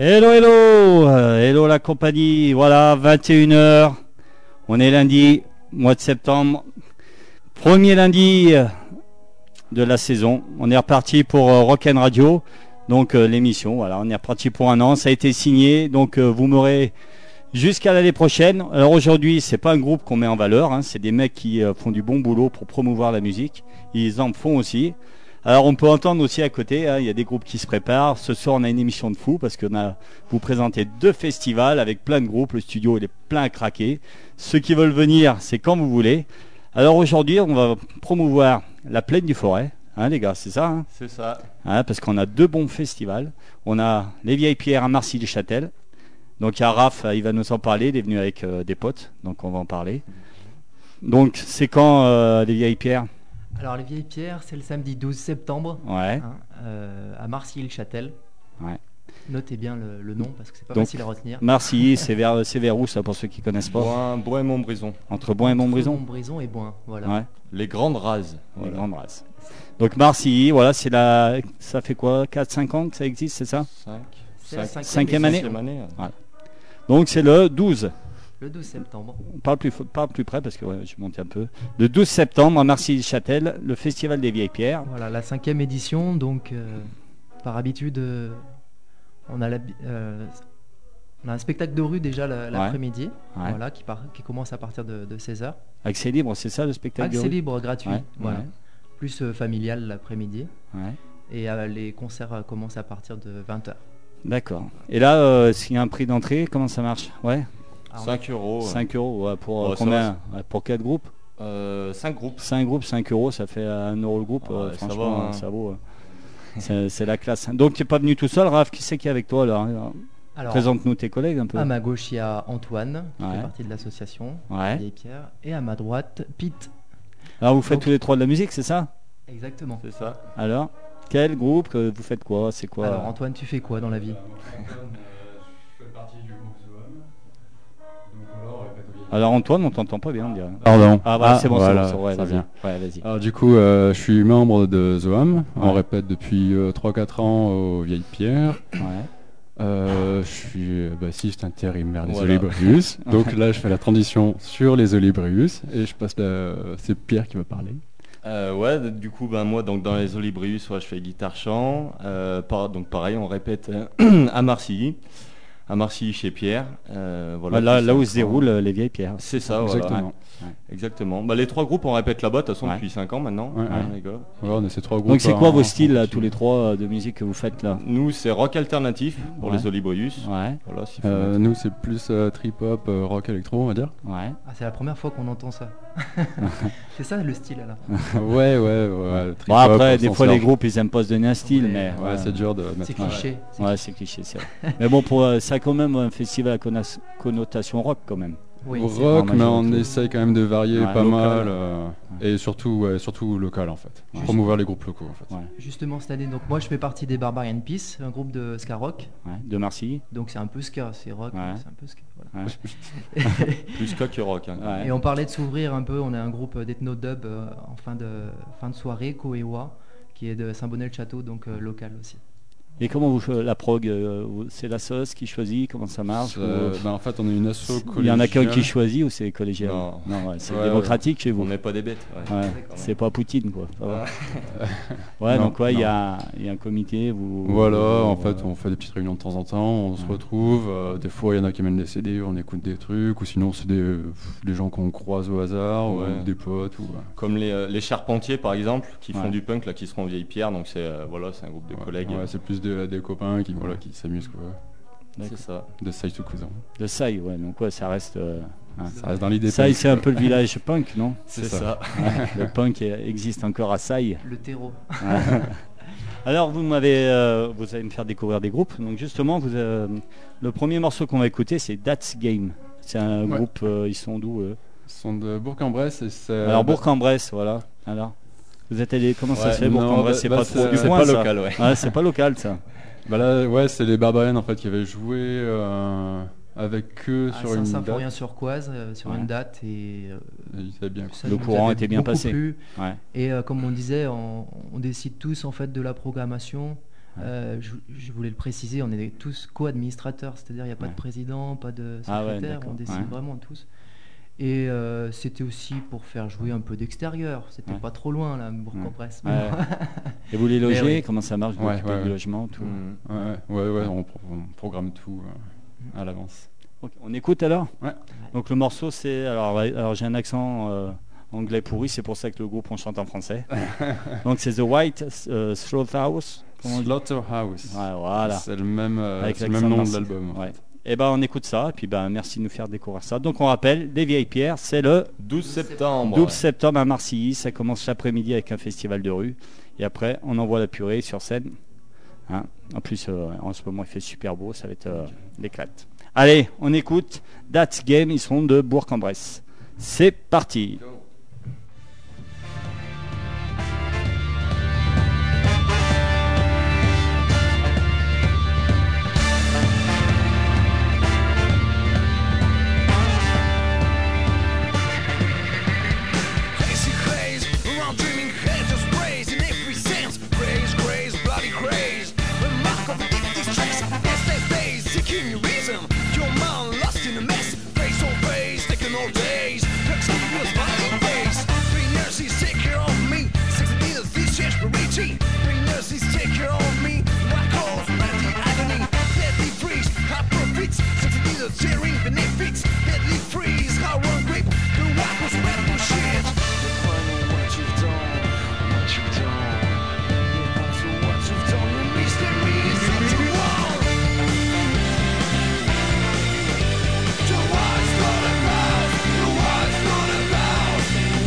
Hello, hello, hello la compagnie, voilà, 21h, on est lundi, mois de septembre, premier lundi de la saison, on est reparti pour Rock'n Radio, donc l'émission, voilà, on est reparti pour un an, ça a été signé, donc vous m'aurez jusqu'à l'année prochaine. Alors aujourd'hui, c'est pas un groupe qu'on met en valeur, hein, c'est des mecs qui font du bon boulot pour promouvoir la musique, ils en font aussi. Alors on peut entendre aussi à côté, hein, il y a des groupes qui se préparent. Ce soir on a une émission de fou parce qu'on a vous présentez 2 festivals avec plein de groupes. Le studio il est plein à craquer. Ceux qui veulent venir, c'est quand vous voulez. Alors aujourd'hui on va promouvoir la Plaine du Forêt, hein, les gars, c'est ça, hein, c'est ça. Hein, parce qu'on a 2 bons festivals. On a les Vieilles Pierres à Marcilly-Châtel. Donc il y a Raph, il va nous en parler. Il est venu avec des potes, donc on va en parler. Donc c'est quand les Vieilles Pierres? Alors les Vieilles Pierres, c'est le samedi 12 septembre, ouais. À Marcilly-le-Châtel. Ouais. Notez bien le nom parce que c'est pas donc, facile à retenir. Marcilly, c'est vers où ça pour ceux qui connaissent pas? Boin et Montbrison. Entre Boin et Montbrison. Montbrison et Boin, voilà. Ouais. Les grandes rases. Voilà. Les grandes rases. Donc Marcilly, voilà, c'est ça fait quoi, 4-5 ans que ça existe, c'est ça? 5e année. Voilà. Donc c'est le 12. Le 12 septembre. On parle plus près parce que ouais, je monte un peu. Le 12 septembre à Marcilly-Châtel, le Festival des Vieilles Pierres. Voilà, la 5e édition. Donc, par habitude, on a un spectacle de rue déjà l'après-midi, ouais. Voilà, qui commence à partir de 16h. Accès libre, c'est ça le spectacle de rue? Accès libre, gratuit. Ouais, voilà. ouais. Plus familial l'après-midi. Ouais. Et les concerts commencent à partir de 20h. D'accord. Et là, s'il y a un prix d'entrée, comment ça marche? Ouais. 5 euros. 5 euros, ouais, pour combien? Pour 4 groupes? 5 groupes. 5 groupes, 5 euros, ça fait 1 euro le groupe. Franchement, ça vaut. C'est la classe. Donc, tu n'es pas venu tout seul, Raph? Qui c'est qui est avec toi là? Alors, présente-nous tes collègues un peu. À ma gauche, il y a Antoine, qui fait partie de l'association Vieille Pierre. Et à ma droite, Pete. Alors, vous faites tous les 3 de la musique, c'est ça? Exactement. C'est ça. Alors, quel groupe? Vous faites quoi? C'est quoi? Alors, Antoine, tu fais quoi dans la vie? Alors Antoine, on t'entend pas bien, on dirait. Pardon. Ah voilà, c'est bon, voilà, c'est bon, ouais, ça vient. Ouais, vas-y. Alors du coup, je suis membre de Zoam. On répète depuis 3-4 ans aux Vieilles Pierres. Je suis bassiste intérimaire des Olibrius. Donc là, je fais la transition sur les Olibrius et je passe c'est Pierre qui va parler. Du coup, moi, donc dans les Olibrius, je fais guitare-chant. Donc pareil, on répète à Marcilly. À Marcilly chez Pierre. Là où se déroulent les Vieilles Pierres. C'est ça, exactement. Voilà. Exactement. Les 3 groupes, on répète là-bas, de toute façon, depuis 5 ans maintenant. Les gars. On a ces 3 groupes. Donc c'est quoi vos styles, là, tous les 3 de musique que vous faites là? Nous, c'est rock alternatif pour les Olibrius. Voilà, nous, c'est plus trip-hop, rock électro, on va dire. Ouais. Ah, c'est la première fois qu'on entend ça. C'est ça le style, là. Ouais. Bon, après, des fois, les groupes, ils aiment pas se donner un style, mais... Ouais, c'est dur de mettre... C'est cliché. Ouais, c'est cliché, c'est vrai. Mais bon, ça a quand même un festival à connotation rock, quand même. Oui, rock, mais on essaye quand même de varier pas mal, et surtout local en fait. Promouvoir les groupes locaux en fait. Ouais. Justement cette année, donc moi je fais partie des Barbarian Peace, un groupe de ska rock. De Marcilly. Donc c'est un peu ska, c'est rock, c'est un peu ska. Voilà. Plus ska que rock. Hein. Et on parlait de s'ouvrir un peu. On est un groupe d'ethno-dub en fin de soirée, Koewa, qui est de Saint-Bonnet-le-Château, donc local aussi. Et comment vous faites la prog? C'est la sauce qui choisit? Comment ça marche? En fait, on est une asso collégiale. Il y en a qu'un qui choisit ou c'est collégial? Non, c'est démocratique chez vous. On n'est pas des bêtes. C'est pas Poutine, quoi. Donc il y a un comité. En fait, on fait des petites réunions de temps en temps. On se retrouve. Des fois, il y en a qui amènent des CD, on écoute des trucs, ou sinon c'est des gens qu'on croise au hasard, ou des potes. Comme les Charpentiers, par exemple, qui font du punk, là, qui seront Vieilles Pierres. Donc c'est un groupe de collègues. C'est plus des copains qui s'amusent quoi. C'est ça. De Saï tout cousin. De Saï, donc ça reste. Ça reste dans l'idée. Saï, c'est un peu le village punk, non? C'est ça. Le punk existe encore à Saï. Le terreau. Alors vous allez me faire découvrir des groupes. Donc justement, le premier morceau qu'on va écouter, c'est That's Game. C'est un groupe. Ils sont d'où? Ils sont de Bourg-en-Bresse. Alors Bourg-en-Bresse, voilà. Alors. Vous êtes allé, comment ça se fait? Bourg-en-Bresse, c'est pas trop du c'est coin, pas ça. Local, c'est pas local, ça. C'est les Barbarians en fait qui avaient joué avec eux sur une date. Saint-Symphorien-sur-Coise, sur une date et le courant était bien passé. Et comme on disait, on décide tous en fait de la programmation Je voulais le préciser, on est tous co-administrateurs, c'est-à-dire il n'y a pas de président, pas de secrétaire, on décide vraiment tous. Et c'était aussi pour faire jouer un peu d'extérieur, c'était pas trop loin là, Bourg-en-Bresse. Et vous les logez, comment ça marche, le logement, tout on programme tout à l'avance. Okay. On écoute alors. Ouais. Donc le morceau c'est, alors j'ai un accent anglais pourri, c'est pour ça que le groupe on chante en français. Donc c'est The White Slaughterhouse. Slaughterhouse. Ouais, voilà. C'est le même nom de l'album. Ouais. Et ben on écoute ça, et puis merci de nous faire découvrir ça. Donc on rappelle, des Vieilles Pierres, c'est le 12 septembre. 12 septembre à Marcilly, ça commence l'après-midi avec un festival de rue. Et après, on envoie la purée sur scène. Hein, en plus, en ce moment, il fait super beau, ça va être l'éclate. Allez, on écoute That's Game, ils sont de Bourg-en-Bresse. C'est parti. Tearing benefits, deadly freeze, how one grip, the walk was red bullshit. What you've done, so what you've done, you missed me, it's what you want. The what's not about, the what's not about.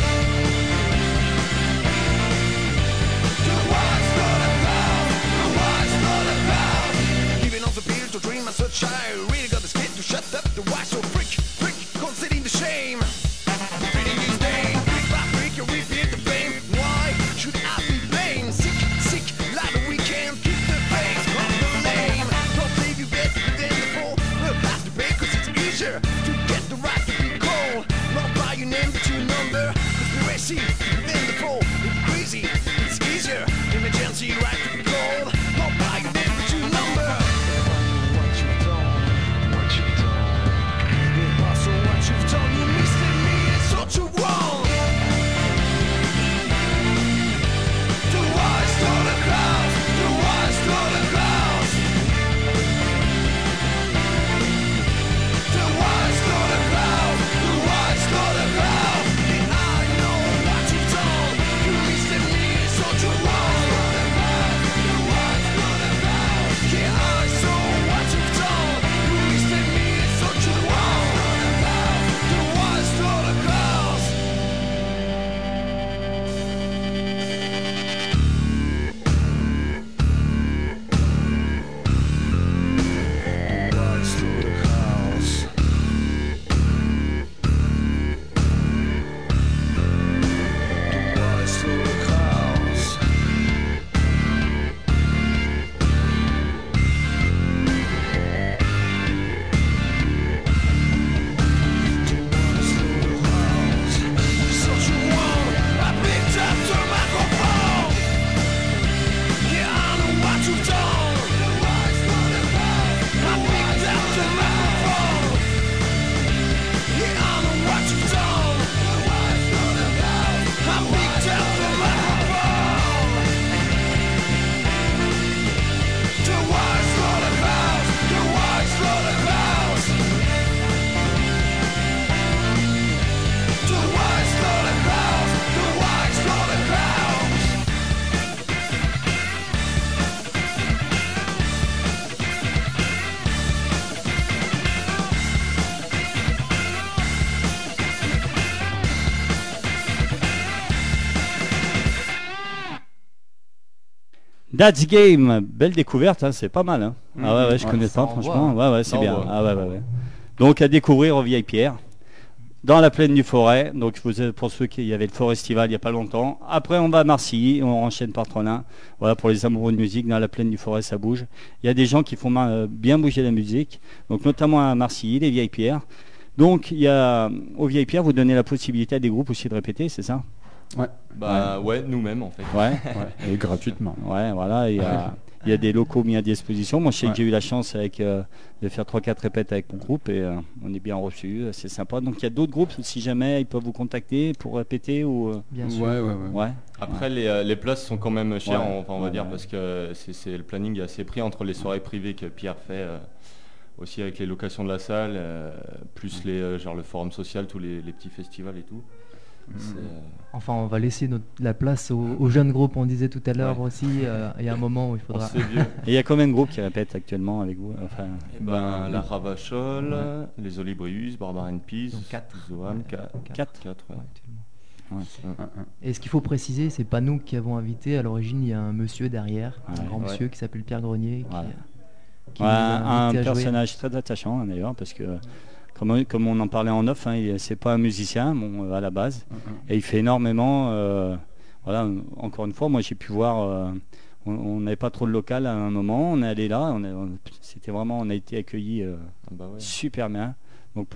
The what's not about, the what's not about. Giving up the pill to dream as a child, really got the skin to shut up the why so freak, considering the shame. Reading these days, brick by brick, you repeat the blame. Why should I be blamed? Sick, like the weekend, keep the face on the lane. Don't leave you better than the fall. Look past the break, cause it's easier to get the right to be called. Not by your name, but your number. Conspiracy, within the fall. It's crazy, it's easier. Emergency, right to be called. Not by your name, but your number. So what you've done, you missed me, it's what you want. The wise to the clouds, the wise to the clouds. The wise to the clouds, the wise to the clouds. And I know what you've done, you missed me, it's what you want. The wise to the clouds. Yeah, I saw what you've done, you missed me, it's what you want. That's Game, belle découverte, hein, c'est pas mal. Hein. Ah ouais, je connais pas, franchement. Ouais, c'est bien. Ah ouais. Donc à découvrir aux Vieilles Pierres, dans la plaine du Forêt. Donc pour ceux qui y avait le Forestival il y a pas longtemps. Après on va à Marcilly, on enchaîne par Trollin. Voilà, pour les amoureux de musique, dans la plaine du Forêt ça bouge. Il y a des gens qui font bien bouger la musique, donc notamment à Marcilly, les Vieilles Pierres. Donc il y a aux Vieilles Pierres, vous donnez la possibilité à des groupes aussi de répéter, c'est ça? Ouais, nous-mêmes en fait. Ouais. Et gratuitement. Ouais, voilà. il y a des locaux mis à disposition. Moi, je sais que j'ai eu la chance de faire 3-4 répètes avec mon groupe et on est bien reçus, c'est sympa. Donc, il y a d'autres groupes, si jamais, ils peuvent vous contacter pour répéter ou... Bien sûr. Ouais. Après, les places sont quand même chères, on va dire, parce que le planning est assez pris entre les soirées privées que Pierre fait, aussi avec les locations de la salle, plus genre le forum social, tous les petits festivals et tout. Enfin, on va laisser la place aux jeunes groupes, on disait tout à l'heure aussi. Il y a un moment où il faudra. Et il y a combien de groupes qui répètent actuellement avec vous? La Ravachol, les Olibrius, Barbara and Peace, donc 4. Zoam, 4. Et ce qu'il faut préciser, c'est pas nous qui avons invité. À l'origine, il y a un monsieur derrière, un grand monsieur qui s'appelle Pierre Grenier. Un personnage très attachant d'ailleurs, parce que. Comme on en parlait en off, c'est pas un musicien à la base, et il fait énormément. Encore une fois, moi j'ai pu voir. On n'avait pas trop de local à un moment. On est allé là. On a été accueillis super bien. Donc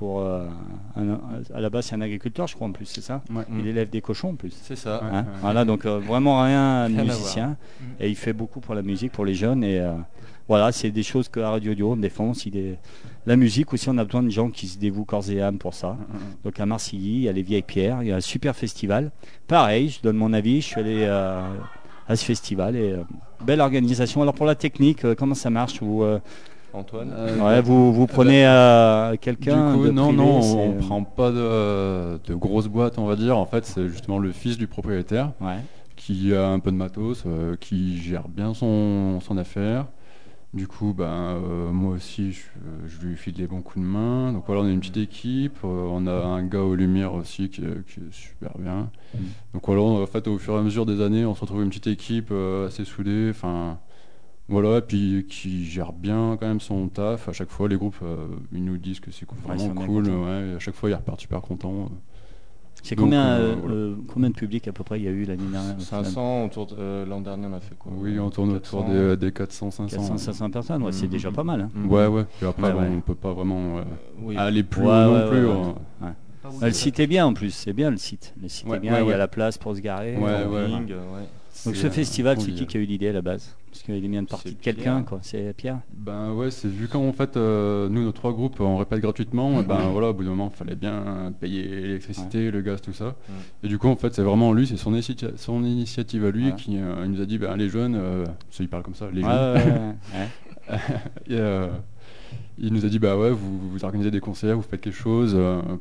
à la base c'est un agriculteur, je crois en plus, c'est ça. Il élève des cochons en plus. C'est ça. Voilà, donc vraiment rien de musicien, et il fait beaucoup pour la musique, pour les jeunes et. Voilà, c'est des choses qu'à Radio Dio on défend. La musique aussi, on a besoin de gens qui se dévouent corps et âme pour ça. Donc à Marcilly, il y a les Vieilles Pierres, il y a un super festival. Pareil, je donne mon avis, je suis allé à ce festival et belle organisation. Alors pour la technique, comment ça marche Antoine vous prenez quelqu'un du coup, de non, privé, on prend pas de grosses boîtes, on va dire. En fait, c'est justement le fils du propriétaire qui a un peu de matos, qui gère bien son affaire. Du coup, moi aussi, je lui file des bons coups de main. Donc voilà, on a une petite équipe. On a un gars aux lumières aussi qui est super bien. Donc voilà, en fait, au fur et à mesure des années, on se retrouve une petite équipe assez soudée. Enfin, voilà, et puis qui gère bien quand même son taf. À chaque fois, les groupes, ils nous disent que c'est vraiment cool. Et à chaque fois, ils repartent super contents. C'est combien de public à peu près il y a eu l'année dernière? 500, l'an dernier on a fait quoi? Oui, on tourne autour des 400-500. 400-500 personnes, c'est déjà pas mal. Ouais. Et après, on peut pas vraiment aller plus haut non plus. Le site est bien en plus, c'est bien le site. Le site est bien, il y a la place pour se garer. Donc ce festival, c'est qui a eu l'idée à la base? Parce qu'il est bien de partie de quelqu'un, quoi. C'est Pierre. C'est vu quand en fait nous nos 3 groupes on répète gratuitement. Voilà, au bout d'un moment, il fallait bien payer l'électricité, le gaz, tout ça. Et du coup en fait c'est vraiment lui, c'est son initiative à lui qui il nous a dit les jeunes, il parle comme ça, les jeunes. Il nous a dit vous organisez des concerts, vous faites quelque chose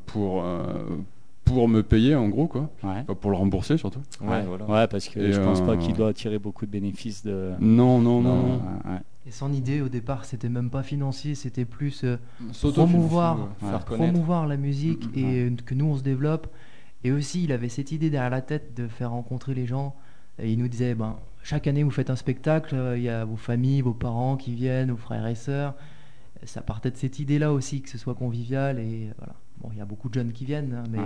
pour me payer en gros quoi, pour le rembourser surtout. Parce que je pense pas qu'il doit tirer beaucoup de bénéfices de. Non. Et son idée au départ, c'était même pas financier, c'était plus promouvoir la musique et que nous on se développe. Et aussi, il avait cette idée derrière la tête de faire rencontrer les gens. Et il nous disait, chaque année vous faites un spectacle, il y a vos familles, vos parents qui viennent, vos frères et sœurs. Ça partait de cette idée-là aussi, que ce soit convivial et voilà. Bon, il y a beaucoup de jeunes qui viennent, mais...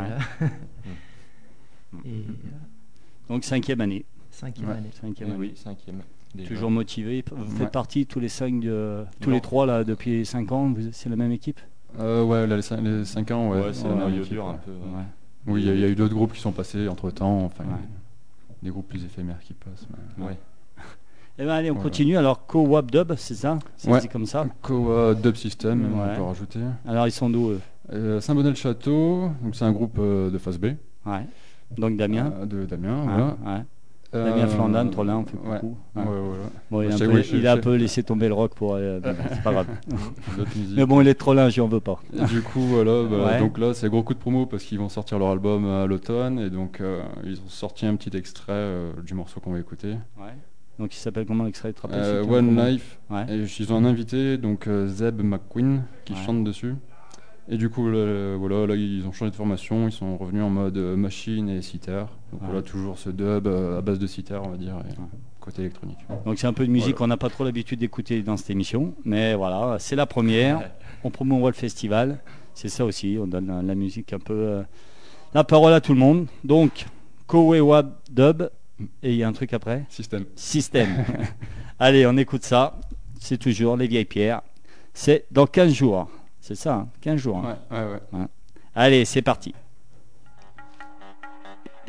Donc 5e année. 5e année. 5e année. Oui, 5e. Toujours motivé. Vous faites partie tous les 5, tous les 3 là, depuis 5 ans, c'est la même équipe? Là, les 5 ans, c'est un noyau dur un peu. Oui, il y a eu d'autres groupes qui sont passés entre-temps, des groupes plus éphémères qui passent. Allez, on continue. Alors, Co-Wap Dub, c'est ça? C'est comme ça? Co-Wap Dub System, on peut rajouter. Alors, ils sont d'où Saint-Bonnet-le-Château, donc c'est un groupe de face B. Donc Damien. Voilà. Damien Flandin, Trollin, on fait beaucoup. Bon, il a un peu laissé tomber le rock pour. C'est pas grave. Mais bon, il est Trollin, j'y en veux pas. Et du coup, voilà. Donc là, c'est gros coup de promo parce qu'ils vont sortir leur album à l'automne et donc ils ont sorti un petit extrait du morceau qu'on va écouter. Donc il s'appelle comment l'extrait? One Life. Et ils ont un invité, donc Zeb McQueen, qui chante dessus. Et du coup, là, ils ont changé de formation, ils sont revenus en mode machine et sitar. Donc voilà, toujours ce dub à base de sitar, on va dire, et côté électronique. Donc c'est un peu de musique qu'on n'a pas trop l'habitude d'écouter dans cette émission, mais voilà, c'est la première. On promouvoit le festival, c'est ça aussi, on donne la musique un peu, la parole à tout le monde. Donc, Co-Wap Dub. Et il y a un truc après? Système. Allez, on écoute ça. C'est toujours les Vieilles Pierres. C'est dans 15 jours. C'est ça, 15 jours. Ouais. Allez, c'est parti.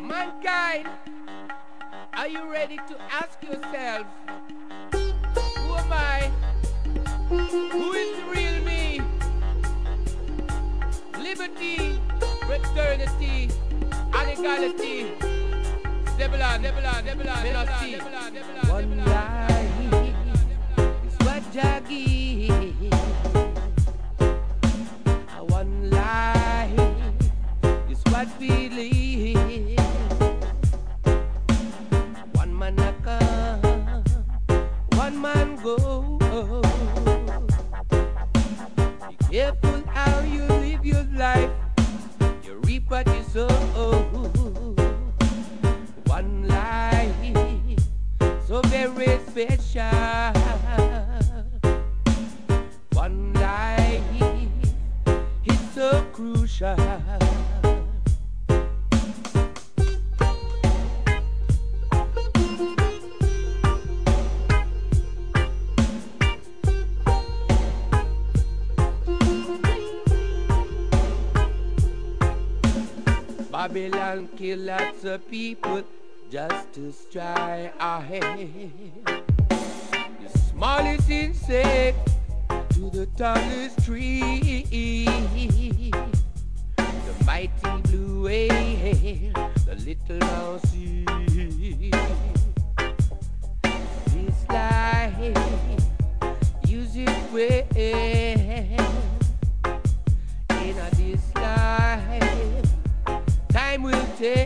Mankind, are you ready to ask yourself, Who is the real me? Liberty, fraternity, and equality. One life is what Jah give. One life is what we live. One man a come, one man go. Be careful how you live your life. You reap what you sow. One life, so very special. One life, it's so crucial. Babylon kill lots of people just to try our head. The smallest insect to the tallest tree. The mighty blue whale, the little mouse sea. This life, use it well. In this life, time will tell.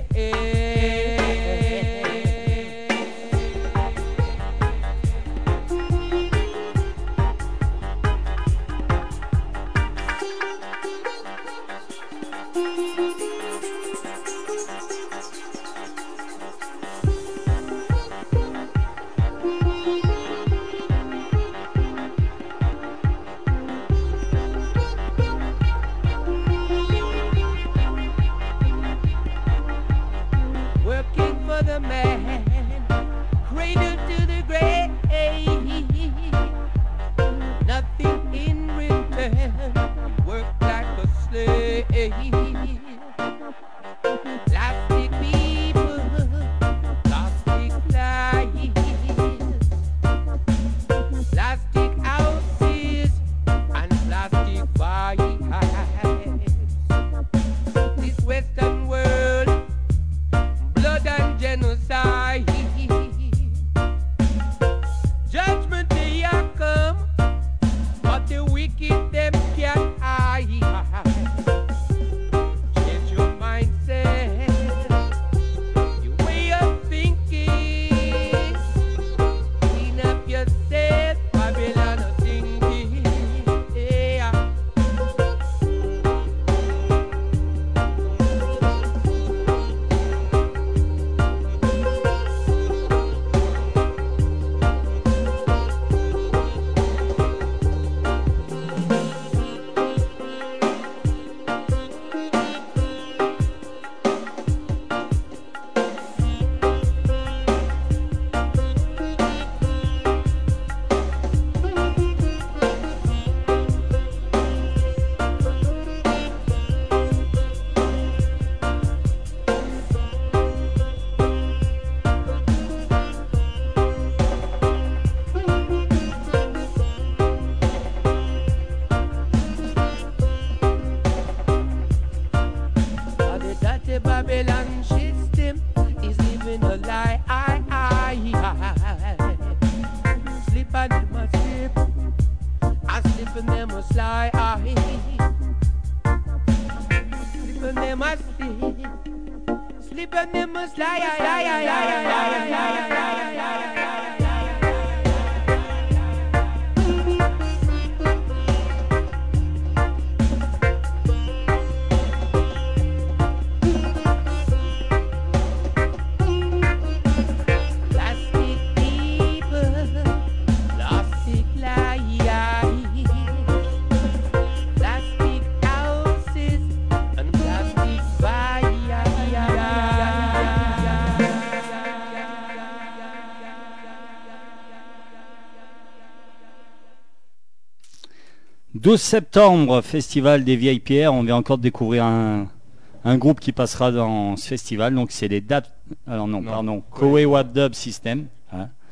« 12 septembre, Festival des Vieilles Pierres ». On vient encore de découvrir un groupe qui passera dans ce festival. Donc c'est les Kowe Wap Dub System. Hein.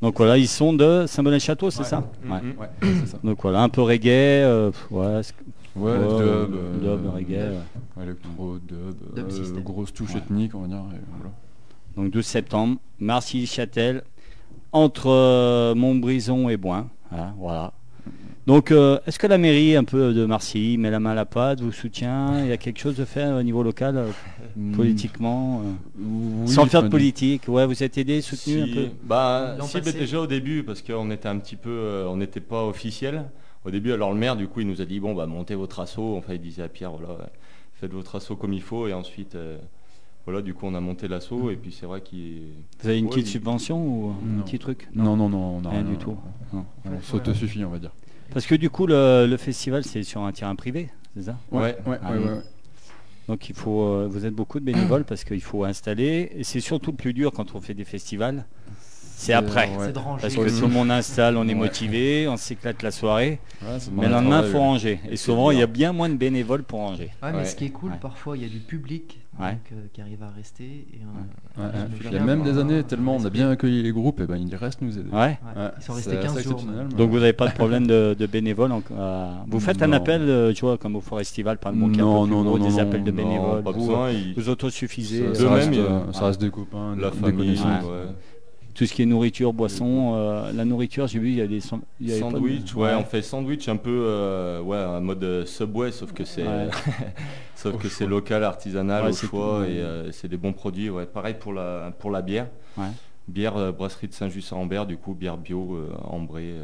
Donc voilà, ils sont de Saint-Bonnet-Château, c'est ça? Ouais, c'est ça. Donc voilà, un peu reggae, dub, reggae. Électro, Dub grosse touche ethnique, on va dire. Et voilà. Donc 12 septembre, Marcilly-Châtel, entre Montbrison et Boin. Voilà. Donc est-ce que la mairie un peu de Marcilly met la main à la pâte, vous soutient? Il y a quelque chose de fait au niveau local, politiquement sans faire de politique? Ouais, vous êtes aidé, soutenu un peu? Déjà au début, parce qu'on était un petit peu, on n'était pas officiel. Au début, alors le maire, du coup, il nous a dit, bon, bah montez votre asso. Enfin, il disait à Pierre, voilà, faites votre asso comme il faut. Et ensuite, voilà, du coup, on a monté l'asso. Et puis, c'est vrai qu'il... Vous avez une petite subvention ou un petit truc? Non, on n'a rien du tout. Non. On s'autosuffit, on va dire. Parce que du coup, le festival, c'est sur un terrain privé, c'est ça? Ouais. Donc il faut, vous êtes beaucoup de bénévoles parce qu'il faut installer. Et c'est surtout le plus dur quand on fait des festivals. C'est après. C'est de ranger. Parce que tout le monde installe, on est motivé, on s'éclate la soirée. Mais le lendemain, il faut ranger. Et souvent, il y a bien moins de bénévoles pour ranger. Mais ce qui est cool, parfois, il y a du public qui arrive à rester. Il y a même des années, tellement on a bien accueilli les groupes, et ben ils restent nous aider. Ils sont restés 15 jours. Donc vous n'avez pas de problème de bénévoles. Vous faites un appel, tu vois, comme au Forestival, par exemple, non, des appels de bénévoles. Pas besoin. Vous autosuffisez. Ça reste des copains, la famille, des connaissances. Tout ce qui est nourriture, boisson, la nourriture, j'ai vu, il y a des sandwichs. On fait sandwich un peu en mode Subway, sauf que c'est c'est local, artisanal au choix et c'est des bons produits. Pareil pour la bière. Bière brasserie de Saint-Just-à-Ambert, du coup bière bio, ambrée.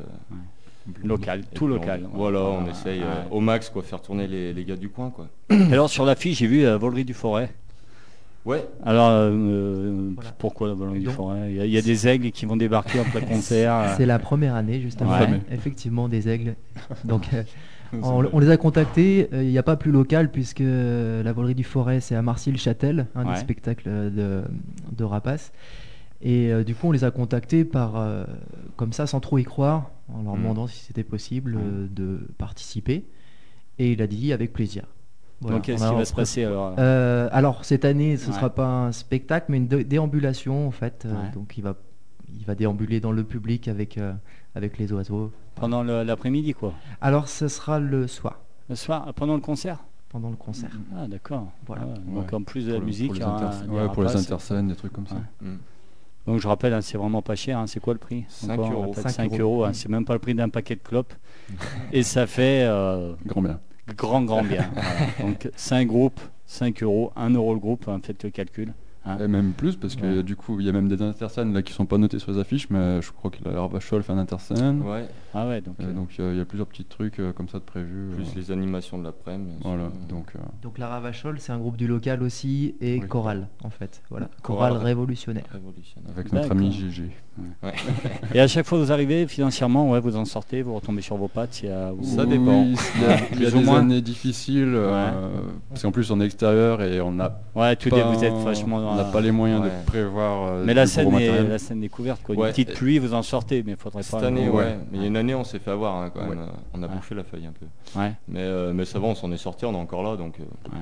Local, tout local. On essaye au max faire tourner les gars du coin quoi. Alors sur l'affiche, j'ai vu la volerie du Forêt. Ouais. Alors, pourquoi la volerie du Forêt? Il y a des aigles qui vont débarquer après le concert. C'est la première année, justement. Effectivement, des aigles. Donc, on les a contactés. Il n'y a pas plus local, puisque la volerie du Forêt, c'est à Marcilly-Châtel, un des spectacles de Rapace. Et du coup, on les a contactés comme ça, sans trop y croire, en leur demandant si c'était possible de participer. Et il a dit avec plaisir. Voilà. Donc qu'est-ce qui va se passer alors? Alors cette année ce ne sera pas un spectacle mais une déambulation en fait. Donc il va déambuler dans le public avec les oiseaux. Pendant l'après-midi quoi? Alors ce sera le soir. Le soir, pendant le concert? Pendant le concert. Ah d'accord. Voilà. Donc en plus de la musique, pour les interscènes, des trucs comme ça. Donc je rappelle, c'est vraiment pas cher. C'est quoi le prix? 5 euros. 5 euros. C'est même pas le prix d'un paquet de clopes. Et ça fait... grand bien. Grand bien. Voilà. Donc 5 groupes, 5 euros, 1 euro le groupe, faites le calcul. Et même plus parce que du coup il y a même des interscènes là qui sont pas notés sur les affiches, mais je crois que la Ravachol fait un interscène. Donc il y a plusieurs petits trucs comme ça de prévus. Plus les animations de l'après-midi. Voilà. Donc la Ravachol c'est un groupe du local aussi et chorale en fait. Voilà. Chorale révolutionnaire. Avec notre ami GG. Et à chaque fois que vous arrivez financièrement, vous en sortez, vous retombez sur vos pattes. Ça dépend. Il y a des années difficiles parce qu'en plus on est extérieur et on a. Vous êtes vachement. On n'a pas les moyens de prévoir. Mais la scène est couverte. Une petite pluie, vous en sortez, mais il faudrait pas. Cette année, mais il y a une année, on s'est fait avoir quand même. On a bouffé la feuille un peu. Mais ça va, on s'en est sorti, on est encore là, donc.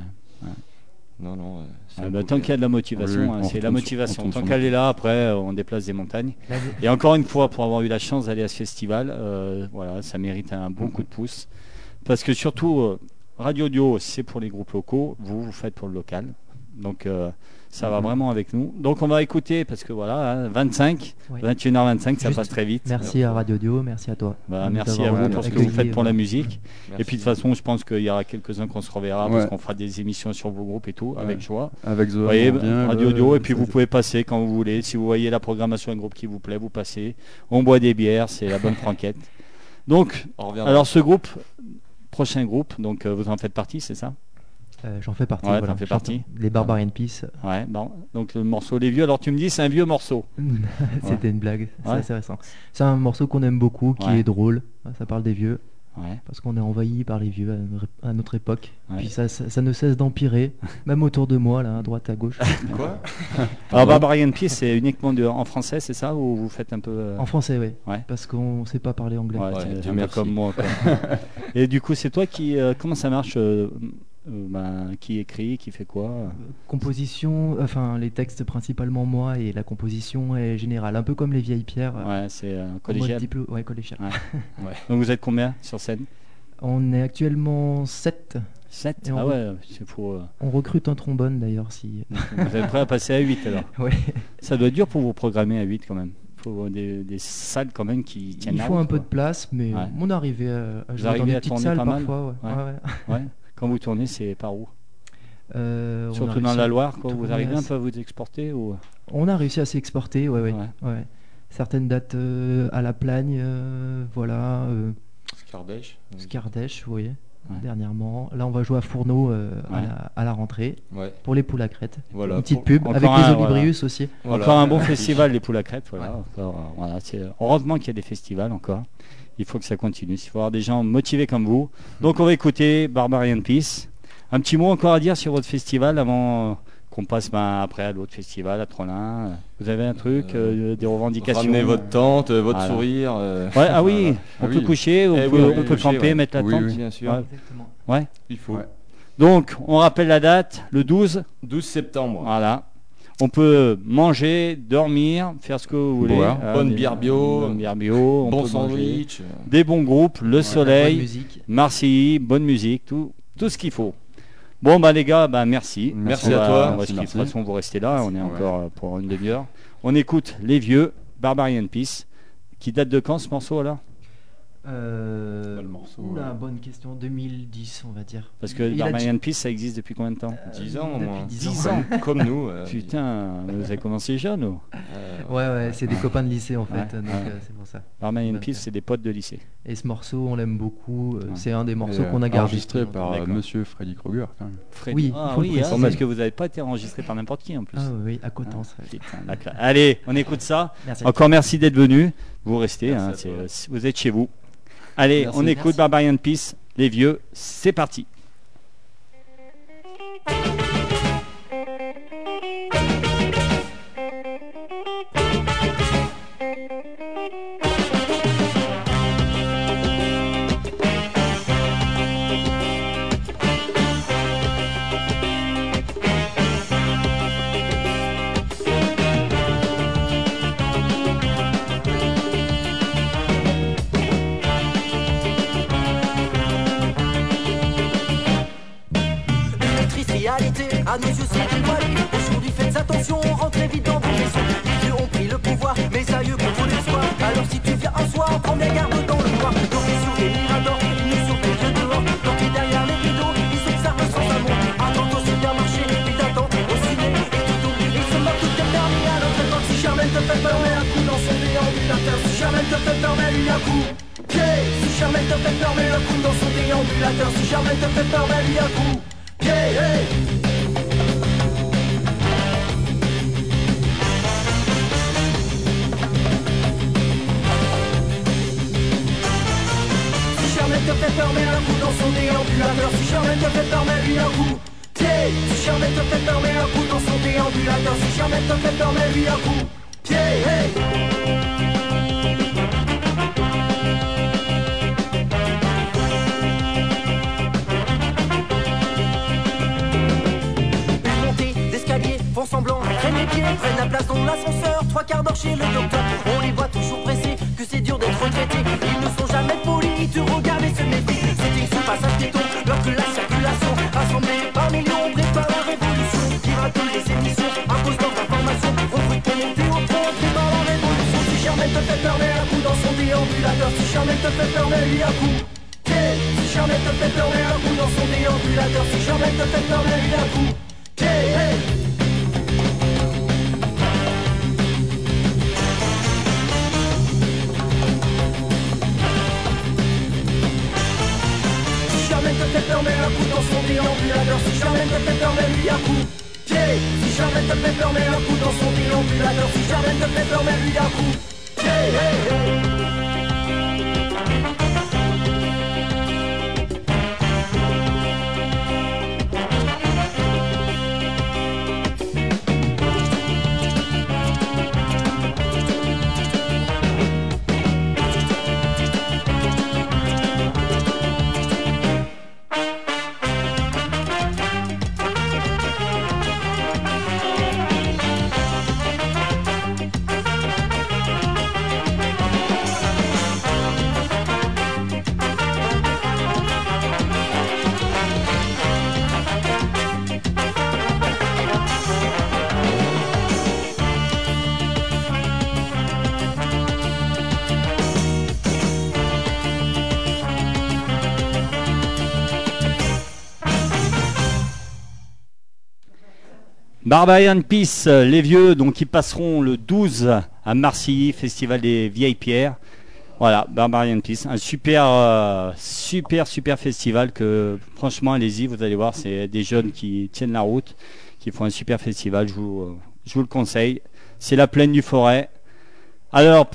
Non. Tant qu'il y a de la motivation, c'est la motivation. Tant qu'elle est là, après, on déplace des montagnes. Et encore une fois, pour avoir eu la chance d'aller à ce festival, ça mérite un bon coup de pouce. Parce que surtout, Radio Dio, c'est pour les groupes locaux, vous faites pour le local. Donc ça va vraiment avec nous. Donc on va écouter, parce que 21h25, ça passe très vite. Merci à Radio Dio, merci à toi. Merci à vous pour ce que vous faites pour la musique. Merci. Et puis de toute façon, je pense qu'il y aura quelques-uns qu'on se reverra, parce qu'on fera des émissions sur vos groupes et tout, avec joie. Avec Zoé, vous voyez, Radio Dio, et puis vous pouvez passer quand vous voulez. Si vous voyez la programmation d'un groupe qui vous plaît, vous passez. On boit des bières, c'est la bonne franquette. Donc, alors ce groupe, prochain groupe, donc vous en faites partie, c'est ça? J'en fais partie. T'en fais partie. Les Barbarian Peace. Donc le morceau Les Vieux. Alors tu me dis, c'est un vieux morceau. C'était une blague. C'est assez récent. C'est un morceau qu'on aime beaucoup, qui est drôle. Ça parle des vieux. Parce qu'on est envahi par les vieux à notre époque. Puis ça ne cesse d'empirer, même autour de moi, là, à droite, à gauche. Quoi? Alors Barbarian Peace, c'est uniquement en français, c'est ça? Ou vous faites un peu... En français, oui. Parce qu'on ne sait pas parler anglais. Tu es comme moi. Et du coup, c'est toi qui... comment ça marche Qui écrit, qui fait quoi? Composition, enfin les textes principalement moi et la composition est générale, un peu comme les vieilles pierres. Ouais, c'est collégial. Ouais, collégial. Ouais. Donc vous êtes combien sur scène? On est actuellement 7. 7 Ah ouais, c'est pour... On recrute un trombone d'ailleurs si... Vous êtes prêt à passer à 8 alors? Ouais. Ça doit être dur pour vous programmer à 8 quand même. Il faut des salles quand même qui tiennent. Il faut un peu de place, mais on arrive à jouer dans des petites salles parfois. Ouais. Quand vous tournez, c'est par où? Surtout dans la Loire, quoi. Vous arrivez un peu à vous exporter ou... On a réussi à s'exporter, ouais. Certaines dates à La Plagne, voilà. Scardèche, vous voyez. Dernièrement. Là, on va jouer à Fourneau à la rentrée pour les poules à crête. Voilà, une petite pub avec les Olibrius aussi. Voilà. Encore un bon festival, les poules à crête. Heureusement qu'il y a des festivals encore. Il faut que ça continue. Il faut avoir des gens motivés comme vous. Donc, on va écouter Barbarian Peace. Un petit mot encore à dire sur votre festival avant qu'on passe après à l'autre festival, à Trollin. Vous avez un truc, des revendications? Ramenez votre tente, votre sourire. On peut coucher, on peut camper, mettre la tente. Oui, bien sûr. Ouais. Il faut. Donc, on rappelle la date, le 12 septembre. Voilà. On peut manger, dormir, faire ce que vous voulez. Bonne bière bio, bon sandwich. Des bons groupes, le soleil, Marseille, bonne musique, tout ce qu'il faut. Bon les gars, merci. Merci à toi. De toute façon, vous restez là, on est encore pour une demi-heure. On écoute Les Vieux, Barbarian Peace, qui date de quand ce morceau là? Le morceau. Bonne question. 2010, on va dire. Parce que Barbarian Peace, ça existe depuis combien de temps? 10 ans au moins. 10 ans. Comme nous. Putain, vous avez commencé jeune ou? Ouais, c'est des copains de lycée en fait. Donc, c'est pour ça. Barbarian Peace, c'est des potes de lycée. Et ce morceau, on l'aime beaucoup. C'est un des morceaux qu'on a gardé. Enregistré par Monsieur Freddy Krueger quand même. Oui, parce que vous n'avez pas été enregistré par n'importe qui en plus. Oui, à Coutances. Allez, on écoute ça. Encore merci d'être venu. Vous restez, vous êtes chez vous. Allez, on écoute Barbarian Peace, Les Vieux, c'est parti. À nos yeux c'est dévoilé. Aujourd'hui faites attention, rentrez vite dans vos maisons. Les vieux ont pris le pouvoir, mes aïeux contre l'espoir. Alors si tu viens un soir, prends bien garde dans le noir. Dormez sur les miradors, ils nous surveillent dehors. Dormez derrière les rideaux, ils s'observent sans amour. Attends au supermarché, puis t'attends au ciné. Et tout oublie, ils se moquent toutes les derniers à notre époque. Si Charmaine te fait peur, mets un coup dans son déambulateur. Si Charmaine te fait peur, mets lui un coup. Si Charmaine te fait peur, mets un coup dans son déambulateur. Si Charmaine te fait peur, mets lui un coup. Te fait peur, mets un coup dans son déambulateur. Si Charmaine te fait peur, mets lui un coup. Si Charmaine te fait peur, mets un coup dans son déambulateur. Si Charmaine te fait peur, mets lui un coup. Une montée d'escalier, font semblant, traînent les pieds, prennent la place dans l'ascenseur. 3 quarts d'heure chez le docteur, on les voit toujours pressés, que c'est dur d'être retraité. Ils ne sont jamais polis, te regardent et se méfient. C'était sous passage piéton, lorsque la circulation, rassemblée par millions, prépare la révolution. Pirate les émissions, impose leur information, recrute pour monter au front, prépare la révolution. Si Charmaine te fait peur, mets un coup dans son déambulateur. Si Charmaine te fait peur, mets lui un coup. Si Charmaine te fait peur, mets un coup dans son déambulateur. Si Charmaine te fait peur, mets lui un coup. Mets un coup dans son déambulateur. Si Charmaine te fait peur, mets lui un coup. Si Charmaine te fait peur, mets un coup dans son déambulateur. Si Charmaine te fait peur, mets lui un coup. Barbarian Peace, les vieux, donc ils passeront le 12 à Marcilly, Festival des Vieilles Pierres. Voilà, Barbarian Peace, un super festival que franchement allez-y, vous allez voir, c'est des jeunes qui tiennent la route, qui font un super festival, je vous le conseille. C'est la plaine du Forêt. Alors,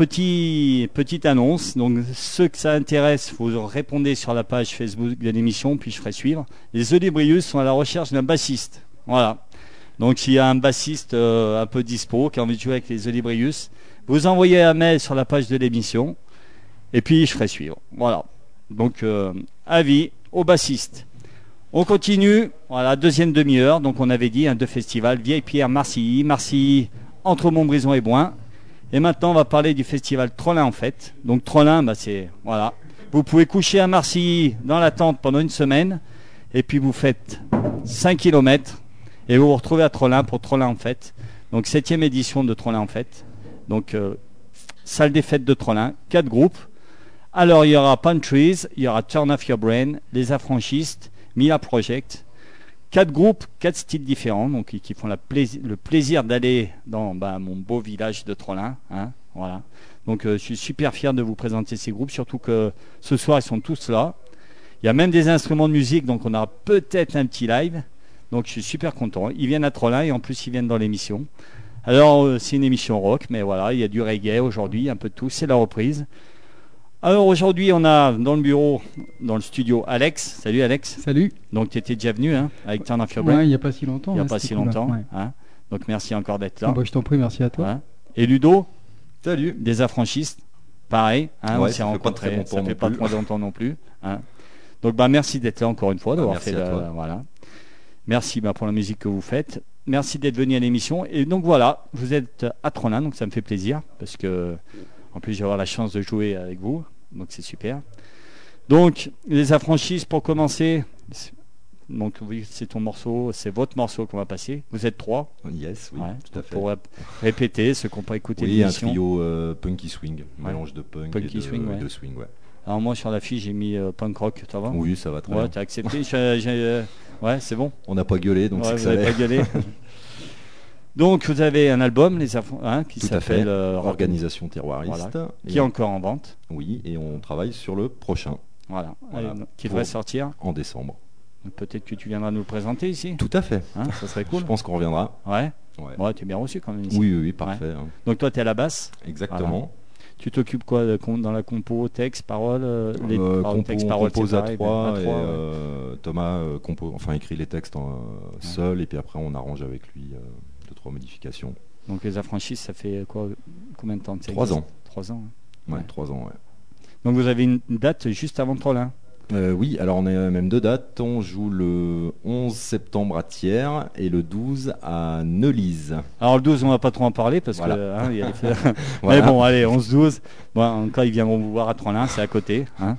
petite annonce, donc ceux que ça intéresse, vous répondez sur la page Facebook de l'émission, puis je ferai suivre. Les Olébrius sont à la recherche d'un bassiste. Voilà. Donc s'il y a un bassiste un peu dispo, qui a envie de jouer avec les Olébrius, vous envoyez un mail sur la page de l'émission. Et puis je ferai suivre. Voilà. Donc avis aux bassistes. On continue. Voilà, deuxième demi-heure. Donc on avait dit deux festivals, Vieille Pierre, Marcilly, entre Montbrison et Boin. Et maintenant on va parler du festival Trollin en fait. Donc Trollin, c'est voilà. Vous pouvez coucher à Marcilly dans la tente pendant une semaine. Et puis vous faites 5 km. Et vous vous retrouvez à Trollin pour Trollin en fête. Donc 7e édition de Trollin en fête. Donc salle des fêtes de Trollin, 4 groupes. Alors il y aura Pantries, il y aura Turn Off Your Brain, Les Affranchistes, Mila Project, 4 groupes, 4 styles différents, donc qui font le plaisir d'aller dans mon beau village de Trollin. Hein, voilà. Donc je suis super fier de vous présenter ces groupes, surtout que ce soir ils sont tous là. Il y a même des instruments de musique, donc on aura peut-être un petit live. Donc je suis super content. Ils viennent à Trollin et en plus ils viennent dans l'émission. Alors c'est une émission rock, mais voilà, il y a du reggae aujourd'hui, un peu de tout, c'est la reprise. Alors aujourd'hui, on a dans le bureau, dans le studio, Alex. Salut Alex. Salut. Donc tu étais déjà venu avec Turn Off Your Brain. Ouais, il n'y a pas si longtemps. Il n'y a pas si longtemps. Cool, ouais. Hein. Donc merci encore d'être là. Bon, je t'en prie, merci à toi. Hein. Et Ludo. Salut. Des Affranchistes. Pareil. Hein, ouais, on s'est rencontrés. Ça fait pas trop longtemps non plus. Hein. Donc merci d'être là encore une fois, d'avoir fait voilà. Merci pour la musique que vous faites. Merci d'être venu à l'émission. Et donc voilà, vous êtes à Trollin, donc ça me fait plaisir parce que en plus, je vais avoir la chance de jouer avec vous, donc c'est super. Donc, les Affranchistes, pour commencer, donc oui, c'est ton morceau, c'est votre morceau qu'on va passer. Vous êtes 3. Yes, oui, tout à fait. Pour répéter, ceux qui n'ont pas écouté l'émission. Oui, un trio punky swing, mélange de punk et de swing, ouais. Alors moi, sur la fiche, j'ai mis punk rock, ça va ? Oui, ça va très bien. Ouais, t'as accepté ouais, c'est bon. On n'a pas gueulé, donc c'est que ça allait. Vous n'avez pas gueulé. Donc vous avez un album qui s'appelle Organisation Terroriste, voilà, qui est encore en vente. Oui, et on travaille sur le prochain. Voilà. Qui devrait sortir en décembre. Peut-être que tu viendras nous le présenter ici. Tout à fait. Hein, ça serait cool. Je pense qu'on reviendra. Ouais. Tu es bien reçu quand même ici. Oui, parfait. Ouais. Hein. Donc toi tu es à la basse. Exactement. Voilà. Tu t'occupes quoi dans la compo, texte, parole texte, parole, compose à 3 et Thomas écrit les textes seul et puis après on arrange avec lui 2-3 modifications. Donc les Affranchistes, ça fait combien de temps que ça 3 ans. 3 ans. Hein. Ouais, 3 ans, ouais. Donc vous avez une date juste avant Trollin. Oui, alors on a même 2 dates. On joue le 11 septembre à Thiers et le 12 à Neulise. Alors le 12, on va pas trop en parler parce que y a les voilà. Mais bon, allez, 11-12. Bon, quand ils viendront vous voir à Trollin, c'est à côté. Hein.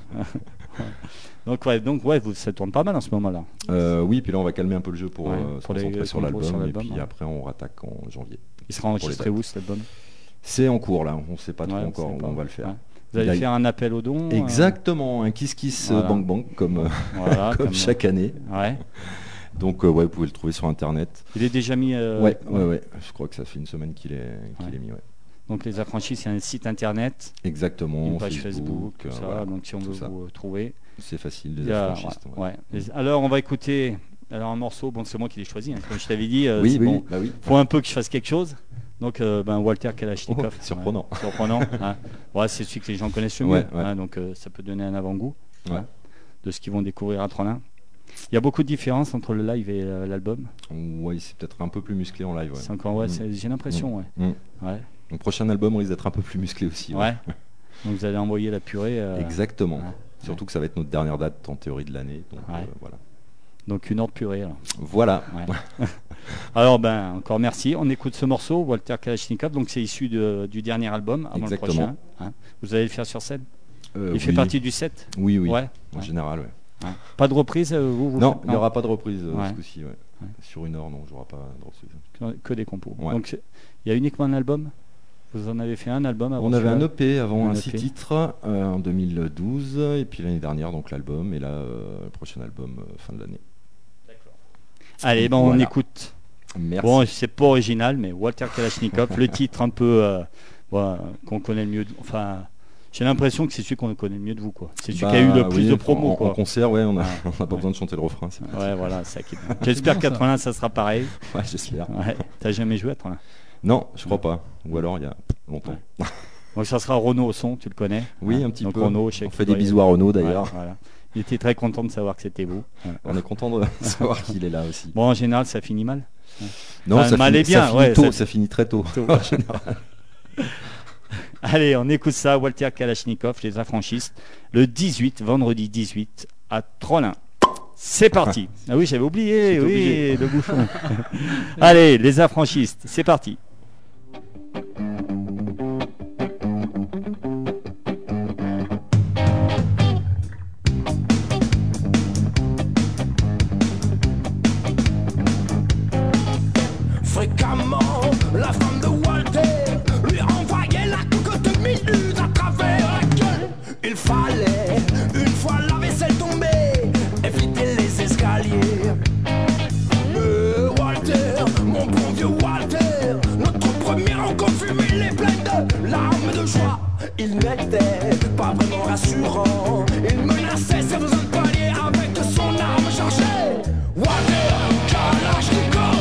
Donc ça tourne pas mal en ce moment-là. Oui, puis là on va calmer un peu le jeu pour se concentrer sur l'album et puis après on rattaque en janvier. Il sera enregistré où cet album ? C'est en cours là, on ne sait pas trop encore où on va le faire. Ouais. Vous allez faire un appel aux dons. Exactement, un kiss bang bang comme chaque année. Ouais. Donc vous pouvez le trouver sur internet. Il est déjà mis. Ouais. Je crois que ça fait une semaine qu'il est mis. Ouais. Donc les Affranchis, c'est un site internet. Exactement. Une page Facebook, tout ça. Voilà, donc si on veut vous trouver. C'est facile, les Affranchistes. Ouais. Alors on va écouter un morceau. Bon, c'est moi qui l'ai choisi. Hein, comme je t'avais dit. Oui. Faut un peu que je fasse quelque chose. Donc Walter Kalachnikov. Surprenant. Hein. Ouais, c'est celui que les gens connaissent le mieux. Hein, donc ça peut donner un avant-goût de ce qu'ils vont découvrir à Trollin. Il y a beaucoup de différences entre le live et l'album. Oui, c'est peut-être un peu plus musclé en live. C'est encore, j'ai l'impression. Ouais. Le prochain album risque d'être un peu plus musclé aussi. Ouais. Donc vous allez envoyer la purée. Exactement. Surtout que ça va être notre dernière date en théorie de l'année. Donc voilà. Donc 1 heure de purée. Alors. Voilà. Ouais. Alors encore merci. On écoute ce morceau, Walter Kalachnikov. Donc c'est issu du dernier album avant le prochain. Hein. Vous allez le faire sur scène. Il fait partie du set. Oui. Ouais. En général, ouais. Pas de reprise Non, il n'y aura pas de reprise ce coup-ci. Ouais. Sur 1 heure, non, je n'aurai pas de reprise. Que des compos. Ouais. Donc il y a uniquement un album. Vous en avez fait un album avant? On avait un EP avant, un 6 titres en 2012, et puis l'année dernière donc l'album, et là le prochain album fin de l'année. Allez, on écoute Merci. Bon, c'est pas original, mais Walter Kalachnikov, le titre un peu qu'on connaît le mieux. Enfin, j'ai l'impression que c'est celui qu'on connaît le mieux de vous, quoi. C'est celui qui a eu le plus de promos, quoi. En concert, on n'a pas besoin de chanter le refrain. Ouais, voilà, ça qui est bien. J'espère que 80, ça sera pareil. Ouais, j'espère. Ouais. T'as jamais joué à 80? Non, je crois pas. Ou alors il y a longtemps. Ouais. Donc ça sera Renaud au son, tu le connais? Oui, un petit peu. Renaud, on fait des bisous à Renaud d'ailleurs. Ouais, voilà. Il était très content de savoir que c'était vous. Voilà. On est content de savoir qu'il est là aussi. Bon, en général, ça finit mal. Non, enfin, ça finit très tôt. En général. Allez, on écoute ça, Walter Kalachnikov, les affranchistes, le 18, vendredi 18, à Trollin. C'est parti. Ah oui, j'avais oublié, le bouchon. Allez, les affranchistes, c'est parti. Fréquemment, la femme de Walter lui envoyait la cocotte minute à travers la gueule. Il fallait une fois la vaisselle tombée, éviter les escaliers. Mais Walter, mon bon vieux Walter, notre première rencontre fumée les pleine de larmes et de joie. Il n'était pas vraiment rassurant, il menaçait ses besoins de palier avec son arme chargée. Walter Kalachnikov.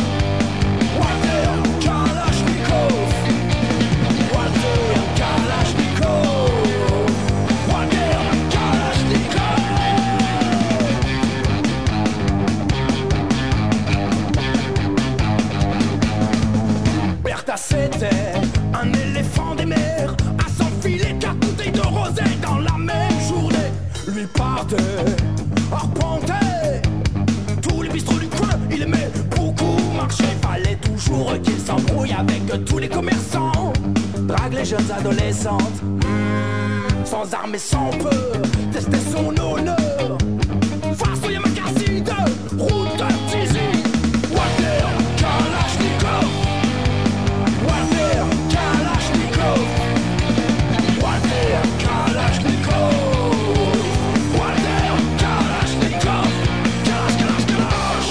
C'était un éléphant des mers à s'enfiler 4 bouteilles de rosée dans la même journée. Lui partait, arpentait tous les bistrots du coin. Il aimait beaucoup marcher, fallait toujours qu'il s'embrouille avec tous les commerçants. Drague les jeunes adolescentes, sans armes et sans peur, testait son honneur. Face au Yamakasi de route de Tizi. Walter Kalachnikov. Walter Kalachnikov. Walter Kalachnikov. Walter Kalachnikov. Kalash, kalash, kalash.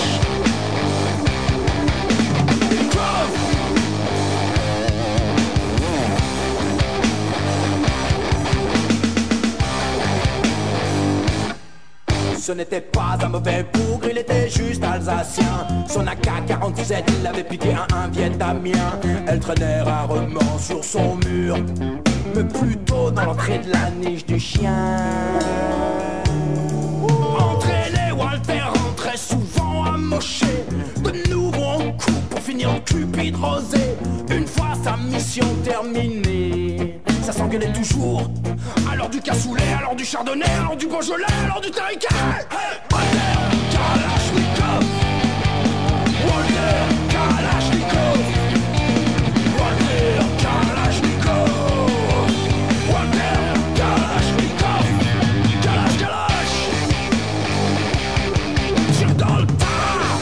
Ce n'était pas un mauvais bougre, il était juste alsacien. Son AK-47, il l'avait piqué à un Vietnamien. Elle traînait rarement sur son mur, mais plutôt dans l'entrée de la niche du chien. Entraîné, Walter rentrait souvent amoché. De nouveau en coupe pour finir en cupide rosé. Une fois sa mission terminée, ça s'engueulait toujours. À l'heure du cassoulet, à l'heure du chardonnay, à l'heure du beaujolais, à l'heure du tariquet. Walter Kalachnikov. Walter Kalachnikov. Walter Kalachnikov. Walter Kalachnikov. Kalash, kalash. Tire dans le tas.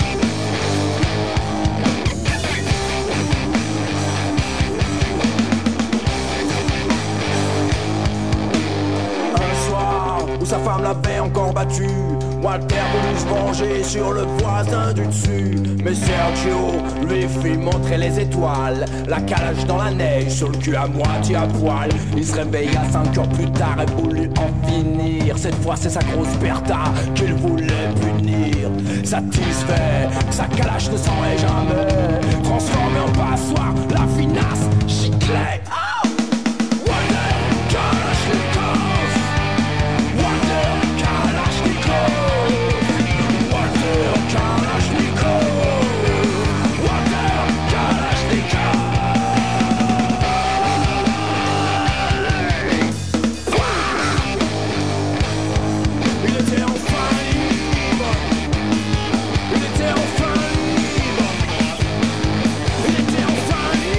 Où sa femme l'avait encore battu, Walter voulut se venger sur le voisin du dessus. Mais Sergio lui fit montrer les étoiles, la calage dans la neige, sur le cul à moitié à poil. Il se réveilla 5 heures plus tard et voulut en finir. Cette fois c'est sa grosse Bertha qu'il voulait punir. Satisfait que sa calage ne s'enraye jamais, transformé en passoire, la finasse giclait. Oh! Walter Kalachnikov. Walter Kalachnikov. Walter Kalachnikov. Walter Kalachnikov. Il était enfin libre. Il était enfin libre. Il était enfin libre.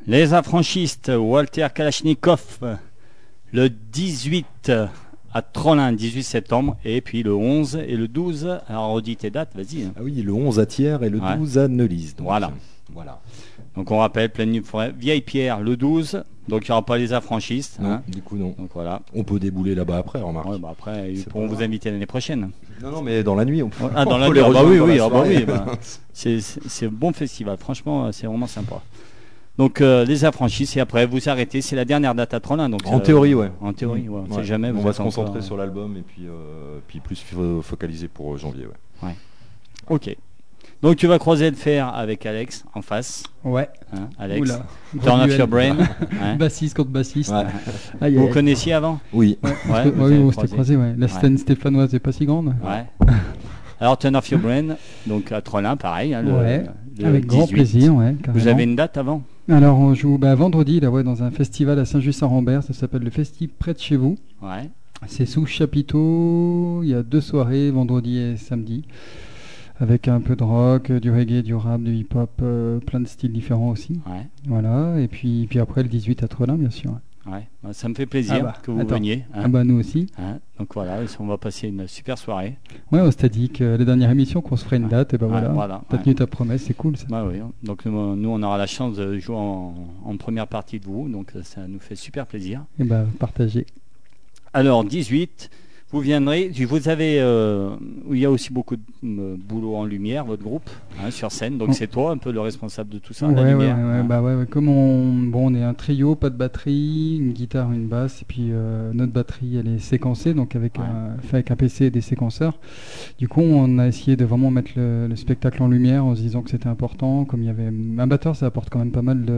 Les affranchistes, Walter Kalachnikov, le 18 à Trollin, 18 septembre, et puis le 11 et le 12. Alors, redis tes dates, vas-y. Ah oui, le 11 à Thiers et le 12 à Neulise. Donc, voilà. Donc, on rappelle, Pleine Nuit Forêt, Vieille Pierre, le 12. Donc, il n'y aura pas les affranchistes. Non, du coup, non. Donc, voilà. On peut débouler là-bas après, remarque. Ouais, après, ils pourront vous inviter l'année prochaine. Non, mais dans la nuit, on peut. Ah, dans la nuit, oui. C'est un bon festival. Franchement, c'est vraiment sympa. Donc, les affranchistes, et après, vous arrêtez. C'est la dernière date à Trollin. Donc, en théorie, ouais. En théorie, ouais. On sait jamais. On va se concentrer sur l'album et puis plus focaliser pour janvier, ouais. Ok. Donc tu vas croiser le fer avec Alex en face. Ouais. Alex. Oula. Turn off your brain. Bassiste contre bassiste. Ouais. Vous connaissiez avant? Oui. Oui, on s'était croisé. Ouais. La scène stéphanoise n'est pas si grande. Ouais. Alors Turn off your brain, donc à Trollin, pareil. Le avec 18. grand plaisir. Ouais, vous avez une date avant? Alors on joue vendredi là, dans un festival à Saint-Just-Saint-Rambert. Ça s'appelle le Festi près de chez vous. Ouais. C'est sous chapiteau. Il y a 2 soirées, vendredi et samedi. Avec un peu de rock, du reggae, du rap, du hip-hop, plein de styles différents aussi. Ouais. Voilà, et puis après le 18 à Trollin, bien sûr. Ouais. Ça me fait plaisir que vous veniez. Nous aussi. Donc voilà, on va passer une super soirée. Ouais, on s'était dit que la dernière émission qu'on se ferait une date, et voilà. T'as tenu ta promesse, c'est cool ça. Oui. Donc nous on aura la chance de jouer en première partie de vous, donc ça nous fait super plaisir. Et partagez. Alors 18. Vous viendrez, vous avez, il y a aussi beaucoup de boulot en lumière, votre groupe, sur scène, donc c'est toi un peu le responsable de tout ça, la lumière. Comme on est un trio, pas de batterie, une guitare, une basse, et puis notre batterie elle est séquencée, donc avec un PC et des séquenceurs. Du coup on a essayé de vraiment mettre le spectacle en lumière en se disant que c'était important, comme il y avait un batteur, ça apporte quand même pas mal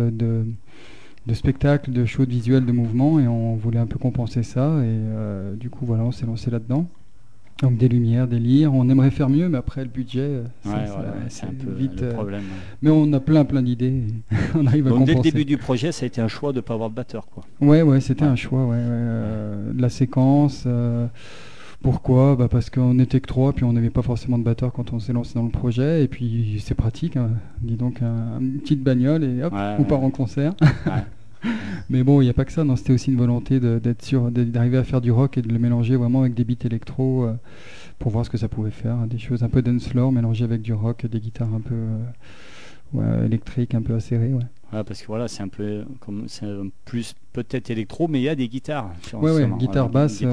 de spectacles, de shows, de visuels, de mouvements, et on voulait un peu compenser ça, et du coup voilà, on s'est lancé là-dedans. Donc des lumières, des lyres, on aimerait faire mieux, mais après le budget, c'est un peu vite le problème. Mais on a plein d'idées, on arrive à compenser. Dès le début du projet, ça a été un choix de ne pas avoir de batteur, quoi. Ouais, c'était un choix, de la séquence. Pourquoi ? Parce qu'on n'était que 3, puis on n'avait pas forcément de batteur quand on s'est lancé dans le projet, et puis c'est pratique, dis donc une petite bagnole et hop, on part en concert. Mais bon, il n'y a pas que ça, non, c'était aussi une volonté d'être sûr, d'arriver à faire du rock et de le mélanger vraiment avec des beats électro pour voir ce que ça pouvait faire, des choses un peu dance floor mélangées avec du rock, des guitares un peu électriques, un peu acérées. Parce que voilà, c'est un peu comme c'est plus peut-être électro, mais il y a des guitares. Guitare basse,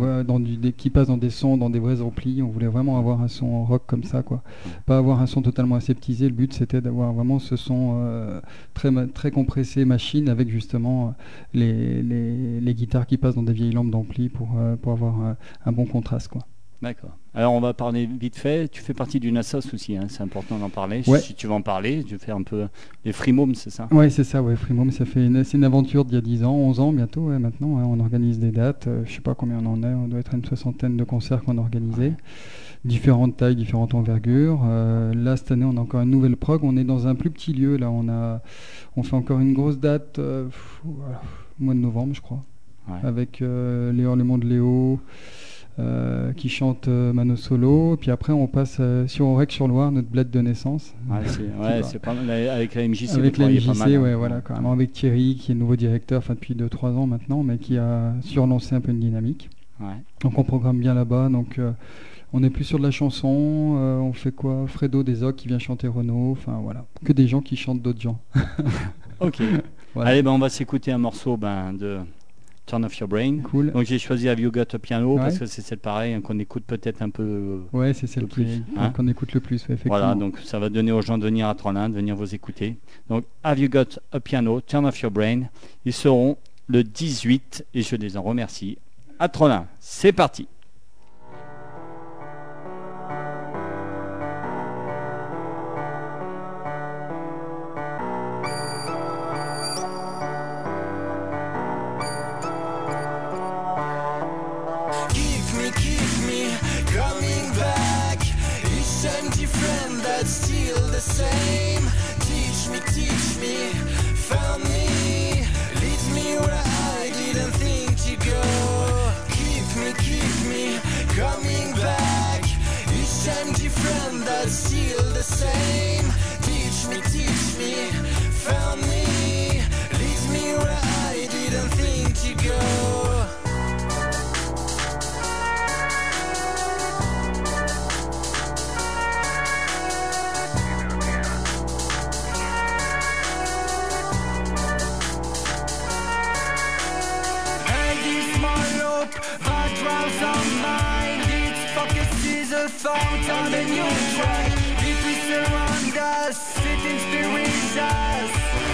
qui passe dans des sons, dans des vrais amplis. On voulait vraiment avoir un son rock comme ça, quoi. Pas avoir un son totalement aseptisé. Le but c'était d'avoir vraiment ce son très compressé machine avec justement les guitares qui passent dans des vieilles lampes d'ampli pour avoir un bon contraste, quoi. D'accord. Alors on va parler vite fait. Tu fais partie d'une assoce aussi, c'est important d'en parler. Si tu veux en parler, tu fais un peu les Freemômes, c'est ça? Oui, c'est ça, Freemômes, c'est une aventure d'il y a 10 ans, 11 ans bientôt, maintenant. On organise des dates, je sais pas combien on en est, on doit être à une 60aine de concerts qu'on a organisés. Différentes tailles, différentes envergures. Là, cette année, on a encore une nouvelle prog. On est dans un plus petit lieu, là. On fait encore une grosse date au mois de novembre, je crois. Avec les Hurlements de Léo. Qui chante Mano Solo, puis après on passe sur Aurec-sur-Loire, notre bled de naissance. C'est pas mal avec la MJC. Avec la MJC, voilà, carrément avec Thierry, qui est le nouveau directeur, depuis 2-3 ans maintenant, mais qui a surlancé un peu une dynamique. Donc on programme bien là-bas, donc on est plus sur de la chanson, on fait quoi? Fredo Desoc qui vient chanter Renaud, voilà, que des gens qui chantent d'autres gens. Ok. Voilà. Allez, on va s'écouter un morceau de Turn Off Your Brain. Cool. Donc j'ai choisi Have You Got a Piano parce que c'est celle pareil qu'on écoute peut-être un peu. C'est celle qu'on écoute le plus, effectivement. Voilà, donc ça va donner aux gens de venir à Trollin, de venir vous écouter. Donc Have You Got a Piano, Turn Off Your Brain. Ils seront le 18 et je les en remercie à Trollin. C'est parti. Same. Teach me, found me, leads me where I didn't think to go. Keep me drowns our mind. Its focus is a thought on a new track. If we surround us, it inspires us.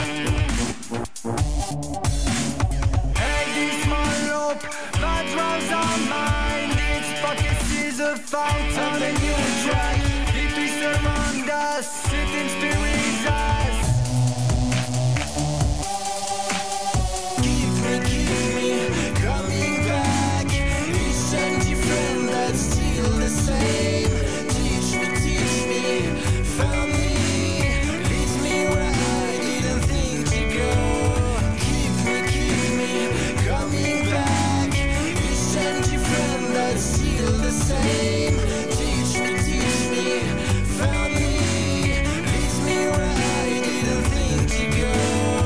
Hey, this small rope that drowns our mind. Its focus is a thought on a new track. If we surround us, it inspires us. Keep me coming back. Each and different, that's still the same. Teach me, found me, lead me where I didn't think to go. Keep me coming back. Each and different, that's still the same. Teach me, found me, lead me where I didn't think to go.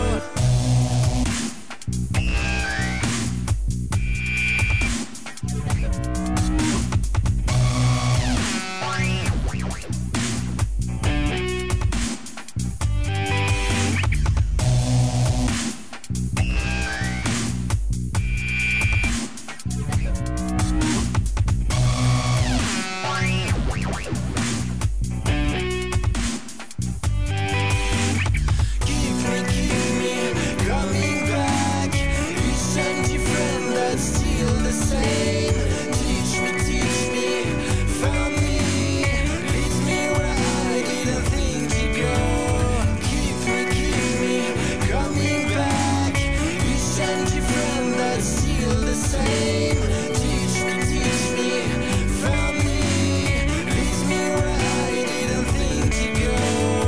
Keep me coming back. Each and different, that's still the same. Teach me, found me, lead me where I didn't think to go. Keep me coming back. Each and different, that's still the same. Teach me, found me, lead me where I didn't think to go.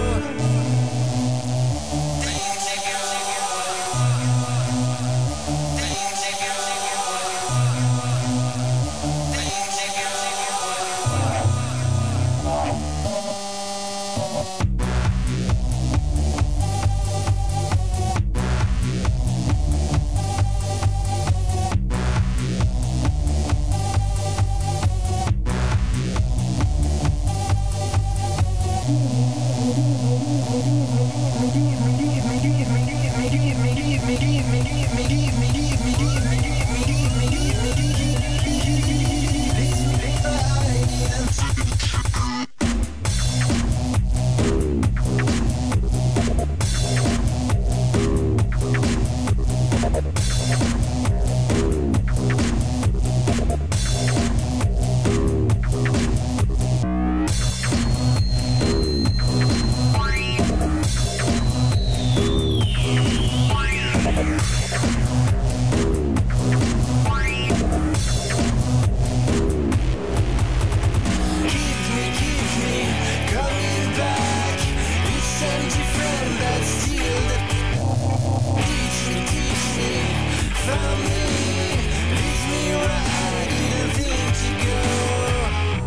Coming back. Each and different, that's still the. Teach me, found me, lead me where I didn't think to go.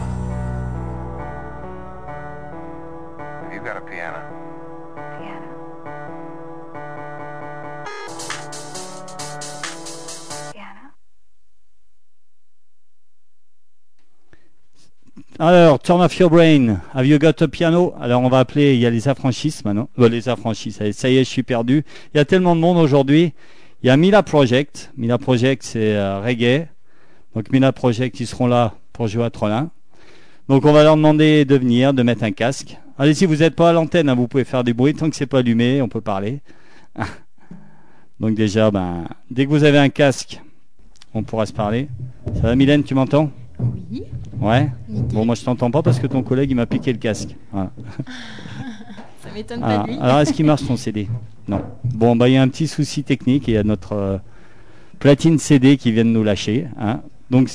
Have you got a piano? Alors, Turn Off Your Brain, Have You Got a Piano? Alors, on va appeler, il y a les affranchis maintenant. Les affranchis, ça y est, je suis perdu. Il y a tellement de monde aujourd'hui. Il y a Mila Project. Mila Project, c'est reggae. Donc, Mila Project, ils seront là pour jouer à Trollin. Donc, on va leur demander de venir, de mettre un casque. Allez-y, vous n'êtes pas à l'antenne, hein, vous pouvez faire du bruit. Tant que c'est pas allumé, on peut parler. Donc, déjà, dès que vous avez un casque, on pourra se parler. Ça va, Mylène, tu m'entends? Oui. Ouais. Nickel. Bon, moi je t'entends pas parce que ton collègue il m'a piqué le casque. Voilà. Ça m'étonne pas de lui. Alors est-ce qu'il marche ton CD? Non. Bon, il y a un petit souci technique. Il y a notre platine CD qui vient de nous lâcher. Hein. Donc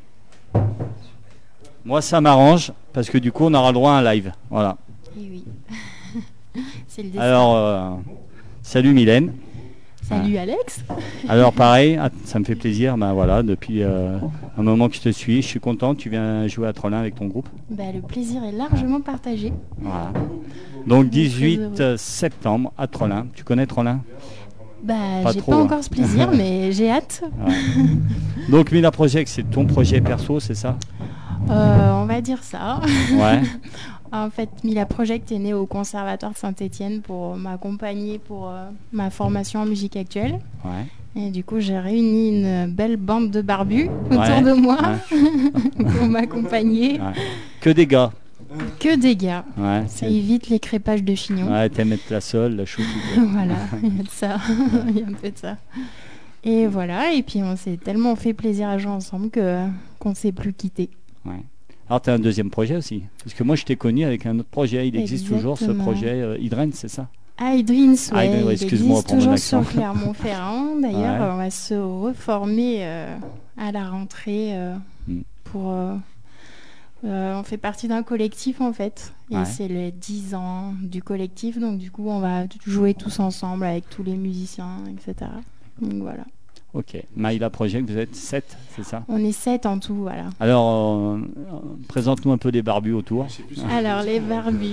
moi ça m'arrange parce que du coup on aura le droit à un live. Voilà. Et oui. C'est le dessin. Alors salut Mylène. Salut Alex. Alors pareil, ça me fait plaisir. Voilà, depuis un moment que je te suis, je suis content. Tu viens jouer à Trollin avec ton groupe. Le plaisir est largement partagé. Voilà. Donc 18 septembre à Trollin. Tu connais Trollin? J'ai pas encore ce plaisir, mais j'ai hâte. Ouais. Donc Mila Project, c'est ton projet perso, c'est ça? On va dire ça. Ouais. En fait, Mila Project est né au Conservatoire de Saint-Étienne pour m'accompagner pour ma formation en musique actuelle. Ouais. Et du coup, j'ai réuni une belle bande de barbus autour de moi pour m'accompagner. Ouais. Que des gars. Que des gars. Ouais, ça évite les crépages de chignons. Ouais, t'aimes mettre la sole, la choupe. Voilà, il y a de ça. Il y a un peu de ça. Et voilà, et puis on s'est tellement fait plaisir à jouer ensemble qu'on ne s'est plus quitté. Ouais. Alors, tu as un deuxième projet aussi. Parce que moi, je t'ai connu avec un autre projet. Il existe toujours ce projet Hydrens, c'est ça? Hydrens, oui. Il excuse-moi existe toujours sur Clermont-Ferrand. D'ailleurs, on va se reformer à la rentrée pour... on fait partie d'un collectif, en fait. Et c'est les 10 ans du collectif. Donc, du coup, on va jouer tous ensemble avec tous les musiciens, etc. Donc, voilà. Ok. Maïla Project, vous êtes 7, c'est ça? On est 7 en tout, voilà. Alors, présente-nous un peu les barbus autour. Alors, les barbus.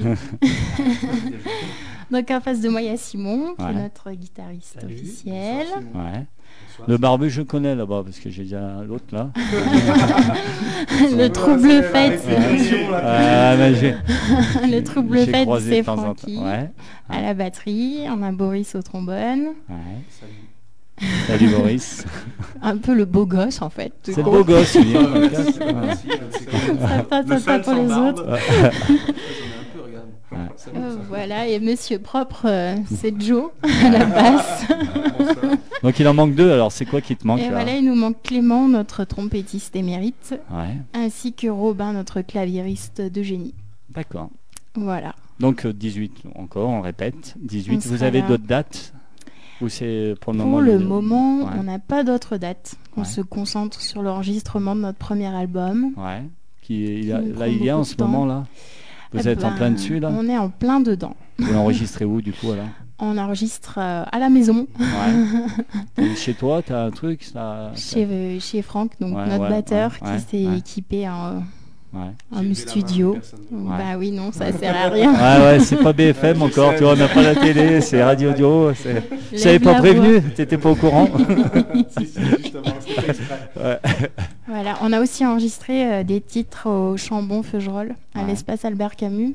Donc, en face de moi, il y a Simon, qui est notre guitariste officiel. Ouais. Le barbu, je connais là-bas, parce que j'ai déjà l'autre là. Le trouble fête. Le trouble fête, c'est Francky. À la batterie, on a Boris au trombone. Salut Boris. Un peu le beau gosse en fait. C'est le beau gosse, oui. Ça passe pas pour les autres. Voilà, et Monsieur Propre, c'est Joe à la basse. Donc il en manque 2, alors c'est quoi qui te manque? Et voilà, il nous manque Clément, notre trompettiste émérite, ainsi que Robin, notre claviériste de génie. D'accord. Voilà. Donc 18 encore, on répète. 18, vous avez d'autres dates? Ou c'est pour le moment? Pour le moment, on n'a pas d'autres dates. On se concentre sur l'enregistrement de notre premier album. Ouais. Il y a en ce moment là. Vous êtes en plein dessus là? On est en plein dedans. Vous l'enregistrez où du coup alors? On enregistre à la maison. Ouais. Chez toi, tu as un truc chez Franck, donc notre batteur qui s'est équipé en studio. Bah oui, non, ça sert à rien. Ouais, c'est pas BFM encore, tu vois, on n'a pas la télé, c'est Radio Audio. Je t'avais pas prévenu, t'étais pas au courant. Voilà, on a aussi enregistré des titres au Chambon-Feugerolles, à l'espace Albert Camus.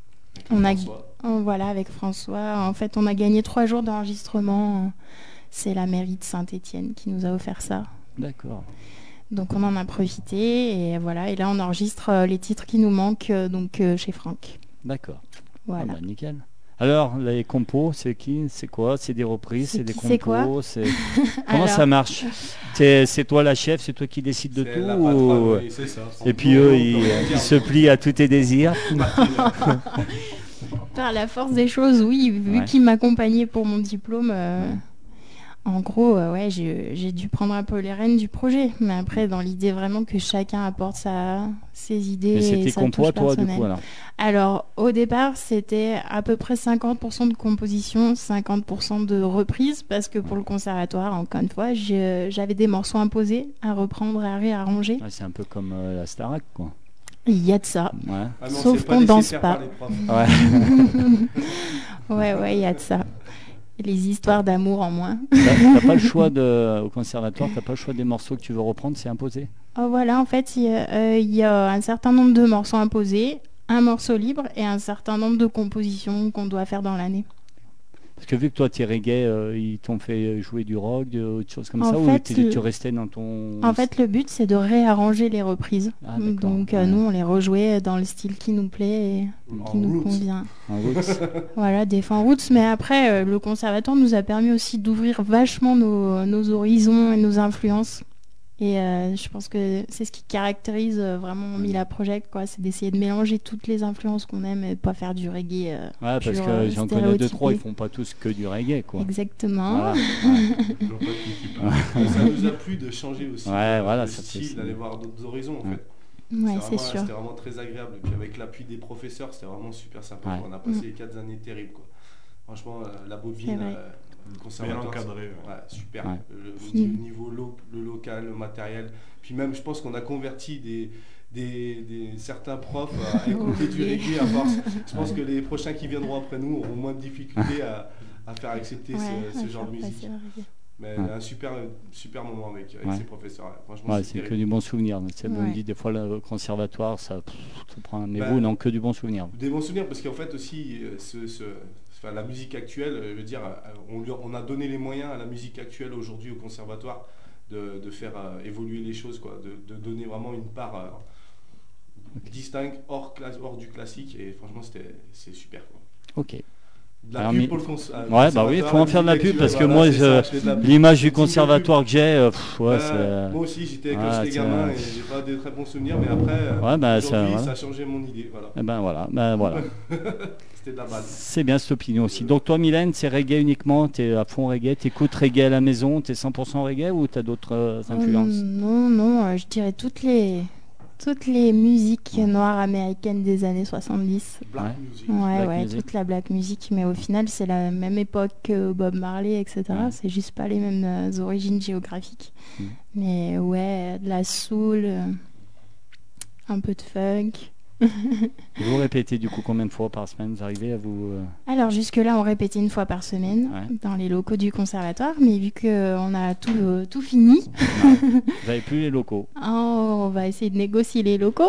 Avec François. En fait, on a gagné 3 jours d'enregistrement. C'est la mairie de Saint-Étienne qui nous a offert ça. D'accord. Donc on en a profité et voilà. Et là, on enregistre les titres qui nous manquent chez Franck. D'accord. Voilà. Ah bah, nickel. Alors, les compos, c'est qui? C'est quoi? C'est des reprises? C'est des compos? Comment ça marche? C'est toi la chef? C'est toi qui décides de tout ou... c'est ça, et puis eux, ils se plient à tous tes désirs? Par la force des choses, oui. Vu qu'il m'accompagnait pour mon diplôme, en gros, j'ai dû prendre un peu les rênes du projet. Mais après, dans l'idée vraiment que chacun apporte ses idées et sa touche personnelle. C'était compos, toi, du coup, alors, au départ, c'était à peu près 50% de composition, 50% de reprise, parce que pour le conservatoire, encore une fois, j'avais des morceaux imposés à reprendre et à réarranger. C'est un peu comme la Starac, quoi. Il y a de ça, sauf qu'on danse pas. Ouais, il y a de ça. Les histoires d'amour en moins. T'as pas le choix au conservatoire, t'as pas le choix des morceaux que tu veux reprendre, c'est imposé? Voilà, en fait, il y a un certain nombre de morceaux imposés, un morceau libre et un certain nombre de compositions qu'on doit faire dans l'année. Parce que vu que toi tu es reggae, ils t'ont fait jouer du rock, autre chose comme ça, ou tu restais dans ton... En fait, le but c'est de réarranger les reprises. Donc nous on les rejouait dans le style qui nous plaît et qui nous convient. En roots. Voilà, des fois en roots, mais après le conservatoire nous a permis aussi d'ouvrir vachement nos horizons et nos influences. Et je pense que c'est ce qui caractérise vraiment Mila Project, quoi. C'est d'essayer de mélanger toutes les influences qu'on aime et pas faire du reggae. Parce que j'en connais 2-3, ils font pas tous que du reggae, quoi. Exactement. Voilà. Ça nous a plu de changer aussi le style, d'aller voir d'autres horizons, en fait. Ouais, c'est sûr. C'était vraiment très agréable. Et puis avec l'appui des professeurs, c'était vraiment super sympa. On a passé 4 années terribles, quoi. Franchement, la bobine... le conservatoire, bien encadré, super. Le niveau le local, le matériel. Puis même, je pense qu'on a converti certains profs à écouter du reggae à force. Je pense que les prochains qui viendront après nous auront moins de difficultés à faire accepter ce genre de musique. Mais un super moment avec ces professeurs. Franchement, c'est que du bon souvenir. On me dit des fois le conservatoire, ça prend. Mais vous, non, que du bon souvenir. Des bons souvenirs parce qu'en fait aussi, la musique actuelle, je veux dire, on a donné les moyens à la musique actuelle aujourd'hui au conservatoire de faire évoluer les choses, quoi, de donner vraiment une part distincte hors du classique, et franchement c'est super, quoi. Ok. La pub pour le ouais, bah oui, il faut en faire de la pub parce que moi, l'image du conservatoire que j'ai, moi aussi, j'étais avec les gamins et j'ai pas de très bons souvenirs, mais après, ça a changé mon idée. Voilà. Et ben voilà. C'était de la base. C'est bien cette opinion aussi. Donc toi, Mylène, c'est reggae uniquement, t'es à fond reggae, t'écoutes reggae à la maison, t'es 100% reggae ou t'as d'autres influences? Non, je dirais toutes les musiques noires américaines des années 70. Black music. Ouais, toute la black music, mais au final c'est la même époque que Bob Marley, etc. Ouais. C'est juste pas les mêmes origines géographiques. Mais ouais, de la soul, un peu de funk. Vous répétez du coup combien de fois par semaine? Vous arrivez à vous... Alors jusque-là on répétait une fois par semaine dans les locaux du conservatoire, mais vu qu'on a tout fini... Vous n'avez plus les locaux. On va essayer de négocier les locaux.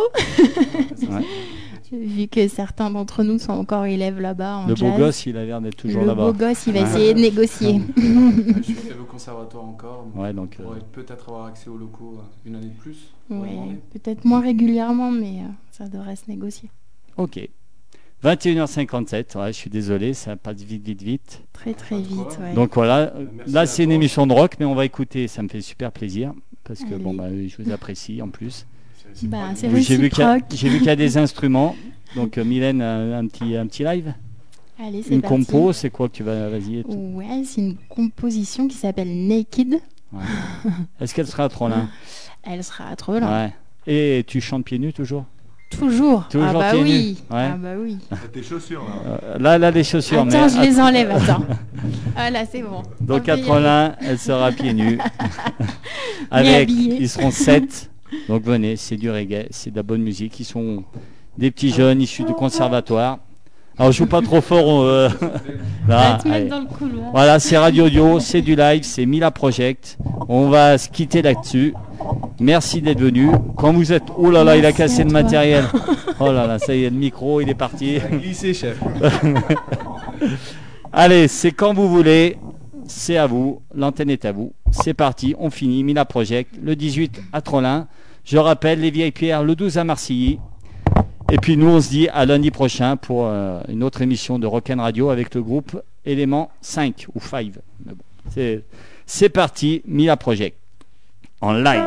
Vu que certains d'entre nous sont encore élèves là-bas en jazz. Le beau gosse, il a l'air d'être toujours là-bas. Le beau gosse, il va essayer de négocier. Je suis élève au conservatoire encore, donc on pourrait peut-être avoir accès aux locaux une année de plus. Oui, peut-être moins régulièrement, mais ça devrait se négocier. Ok. 21h57, je suis désolé, ça passe vite. Très vite, ouais. Donc voilà, là c'est une émission de rock, mais on va écouter, ça me fait super plaisir, parce que je vous apprécie en plus. C'est réciproque. J'ai vu qu'il y a des instruments, donc Mylène, un petit live. Allez, c'est une parti. Compo, c'est quoi que tu vas... Vas-y. Ouais, c'est une composition qui s'appelle Naked. Ouais. Est-ce qu'elle sera à Trollin? Elle sera à Trollin. Ouais. Et tu chantes pieds nus toujours? Toujours. Ah bah oui. Ouais. Ah bah oui. Tes chaussures là. Là les chaussures. Attends, je les enlève. Attends. Ah là c'est bon. Donc à Trollin, elle sera pieds nus. Ils seront 7. Donc venez, c'est du reggae, c'est de la bonne musique. Ils sont des petits jeunes issus du conservatoire. Alors je joue pas trop fort. Là, te mettre dans le couloir. Voilà, c'est Radio Audio, c'est du live, c'est Mila Project. On va se quitter là-dessus. Merci d'être venu. Quand vous êtes... Oh là là, il a cassé le matériel. Oh là là, ça y est, le micro, il est parti. Il a glissé, chef. Allez, c'est quand vous voulez. C'est à vous. L'antenne est à vous. C'est parti, on finit. Mila Project, le 18 à Trollin. Je rappelle, les Vieilles Pierres, le 12 à Marcilly. Et puis nous, on se dit à lundi prochain pour une autre émission de Rock'n Radio avec le groupe Élément 5 ou 5. Mais bon, c'est parti, Mila Project. En live.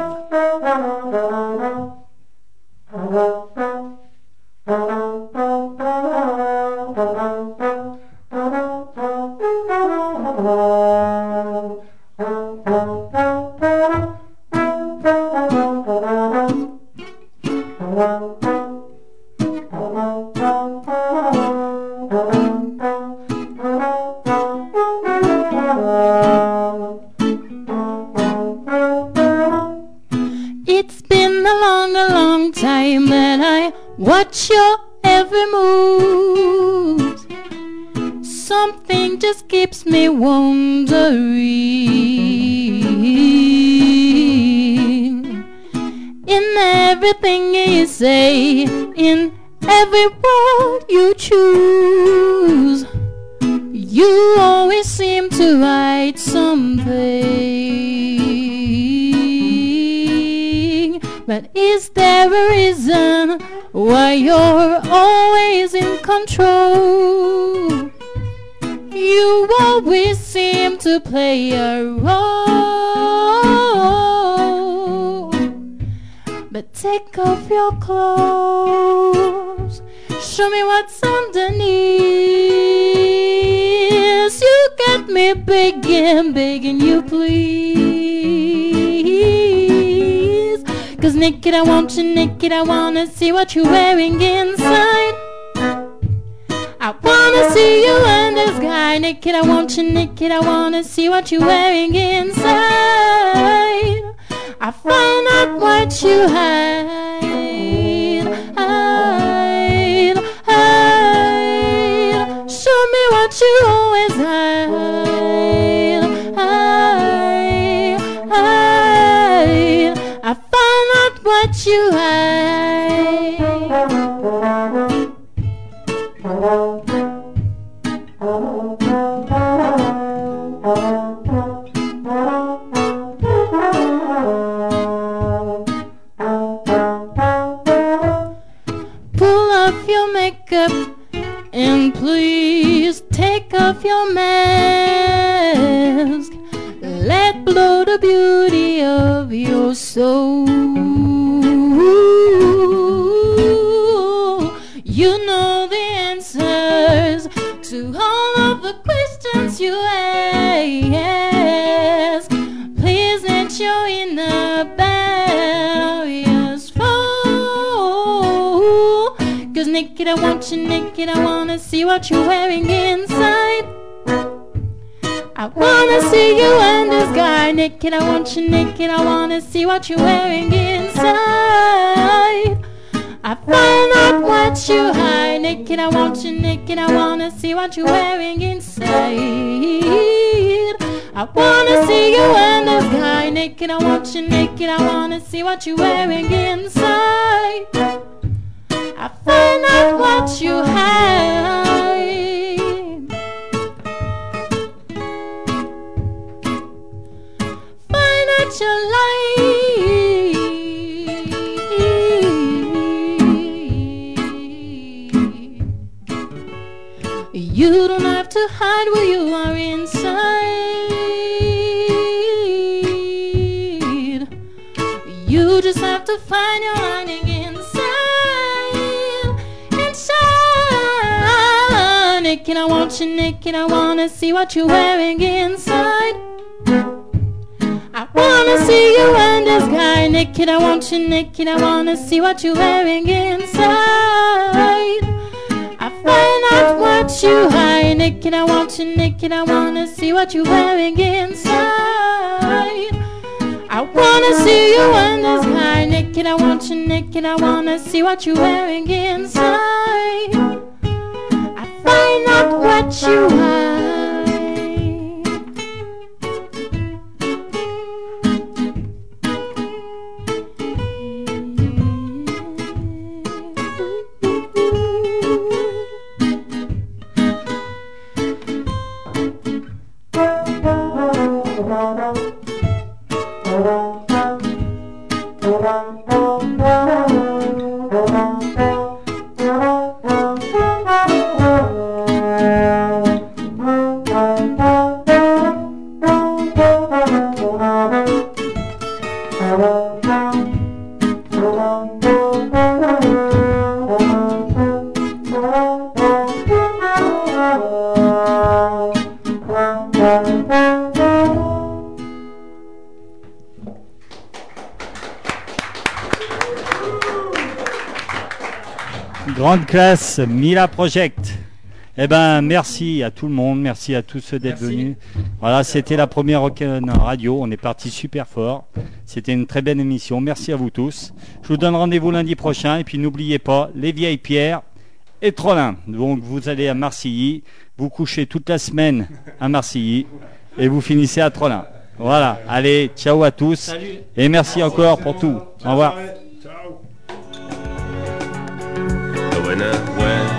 It's been a long time that I watch your every move. Something just keeps me wondering. In everything you say, in every word you choose, you always seem to hide something. But is there a reason why you're always in control? You always seem to play a role. But take off your clothes, show me what's underneath. You got me begging you please. 'Cause naked I want you, naked I wanna see what you're wearing inside. I wanna see you in the sky. Naked I want you, naked I wanna see what you're wearing inside. I find out what you hide, hide. Show me what you always hide, hide. I find out what you hide. let blow the beauty of your soul. You know the answers to all of the questions you ask. Please let your inner barriers fall. 'Cause naked I want you, naked I wanna see what you're wearing inside. I wanna see you under sky. Naked I want you, naked I wanna see what you're wearing inside. I find out what you hide. Naked I want you, naked I wanna see what you're wearing inside. I wanna see you under sky. Naked I want you, naked I wanna see what you're wearing inside. I find out what you hide. Find out your light. You don't have to hide where you are inside. You just have to find your hiding inside. Inside. Naked I want you, naked I wanna see what you're wearing inside. I wanna see you under sky. Naked I want you, naked I wanna see what you're wearing inside. I find out what you hide. Naked I want you, naked I wanna see what you're wearing inside. I wanna see you under sky. Naked I want you, naked I wanna see what you're wearing inside. I find out what you hide. Grande classe, Mila Project. Eh ben, merci à tout le monde, merci à tous ceux d'être venus. Voilà, c'était la première Rock'n Radio. On est parti super fort. C'était une très belle émission. Merci à vous tous. Je vous donne rendez-vous lundi prochain. Et puis n'oubliez pas, les vieilles pierres et Trollin. Donc vous allez à Marcilly, vous couchez toute la semaine à Marcilly et vous finissez à Trollin. Voilà, allez, ciao à tous. Salut. Et merci encore pour tout. Au revoir. When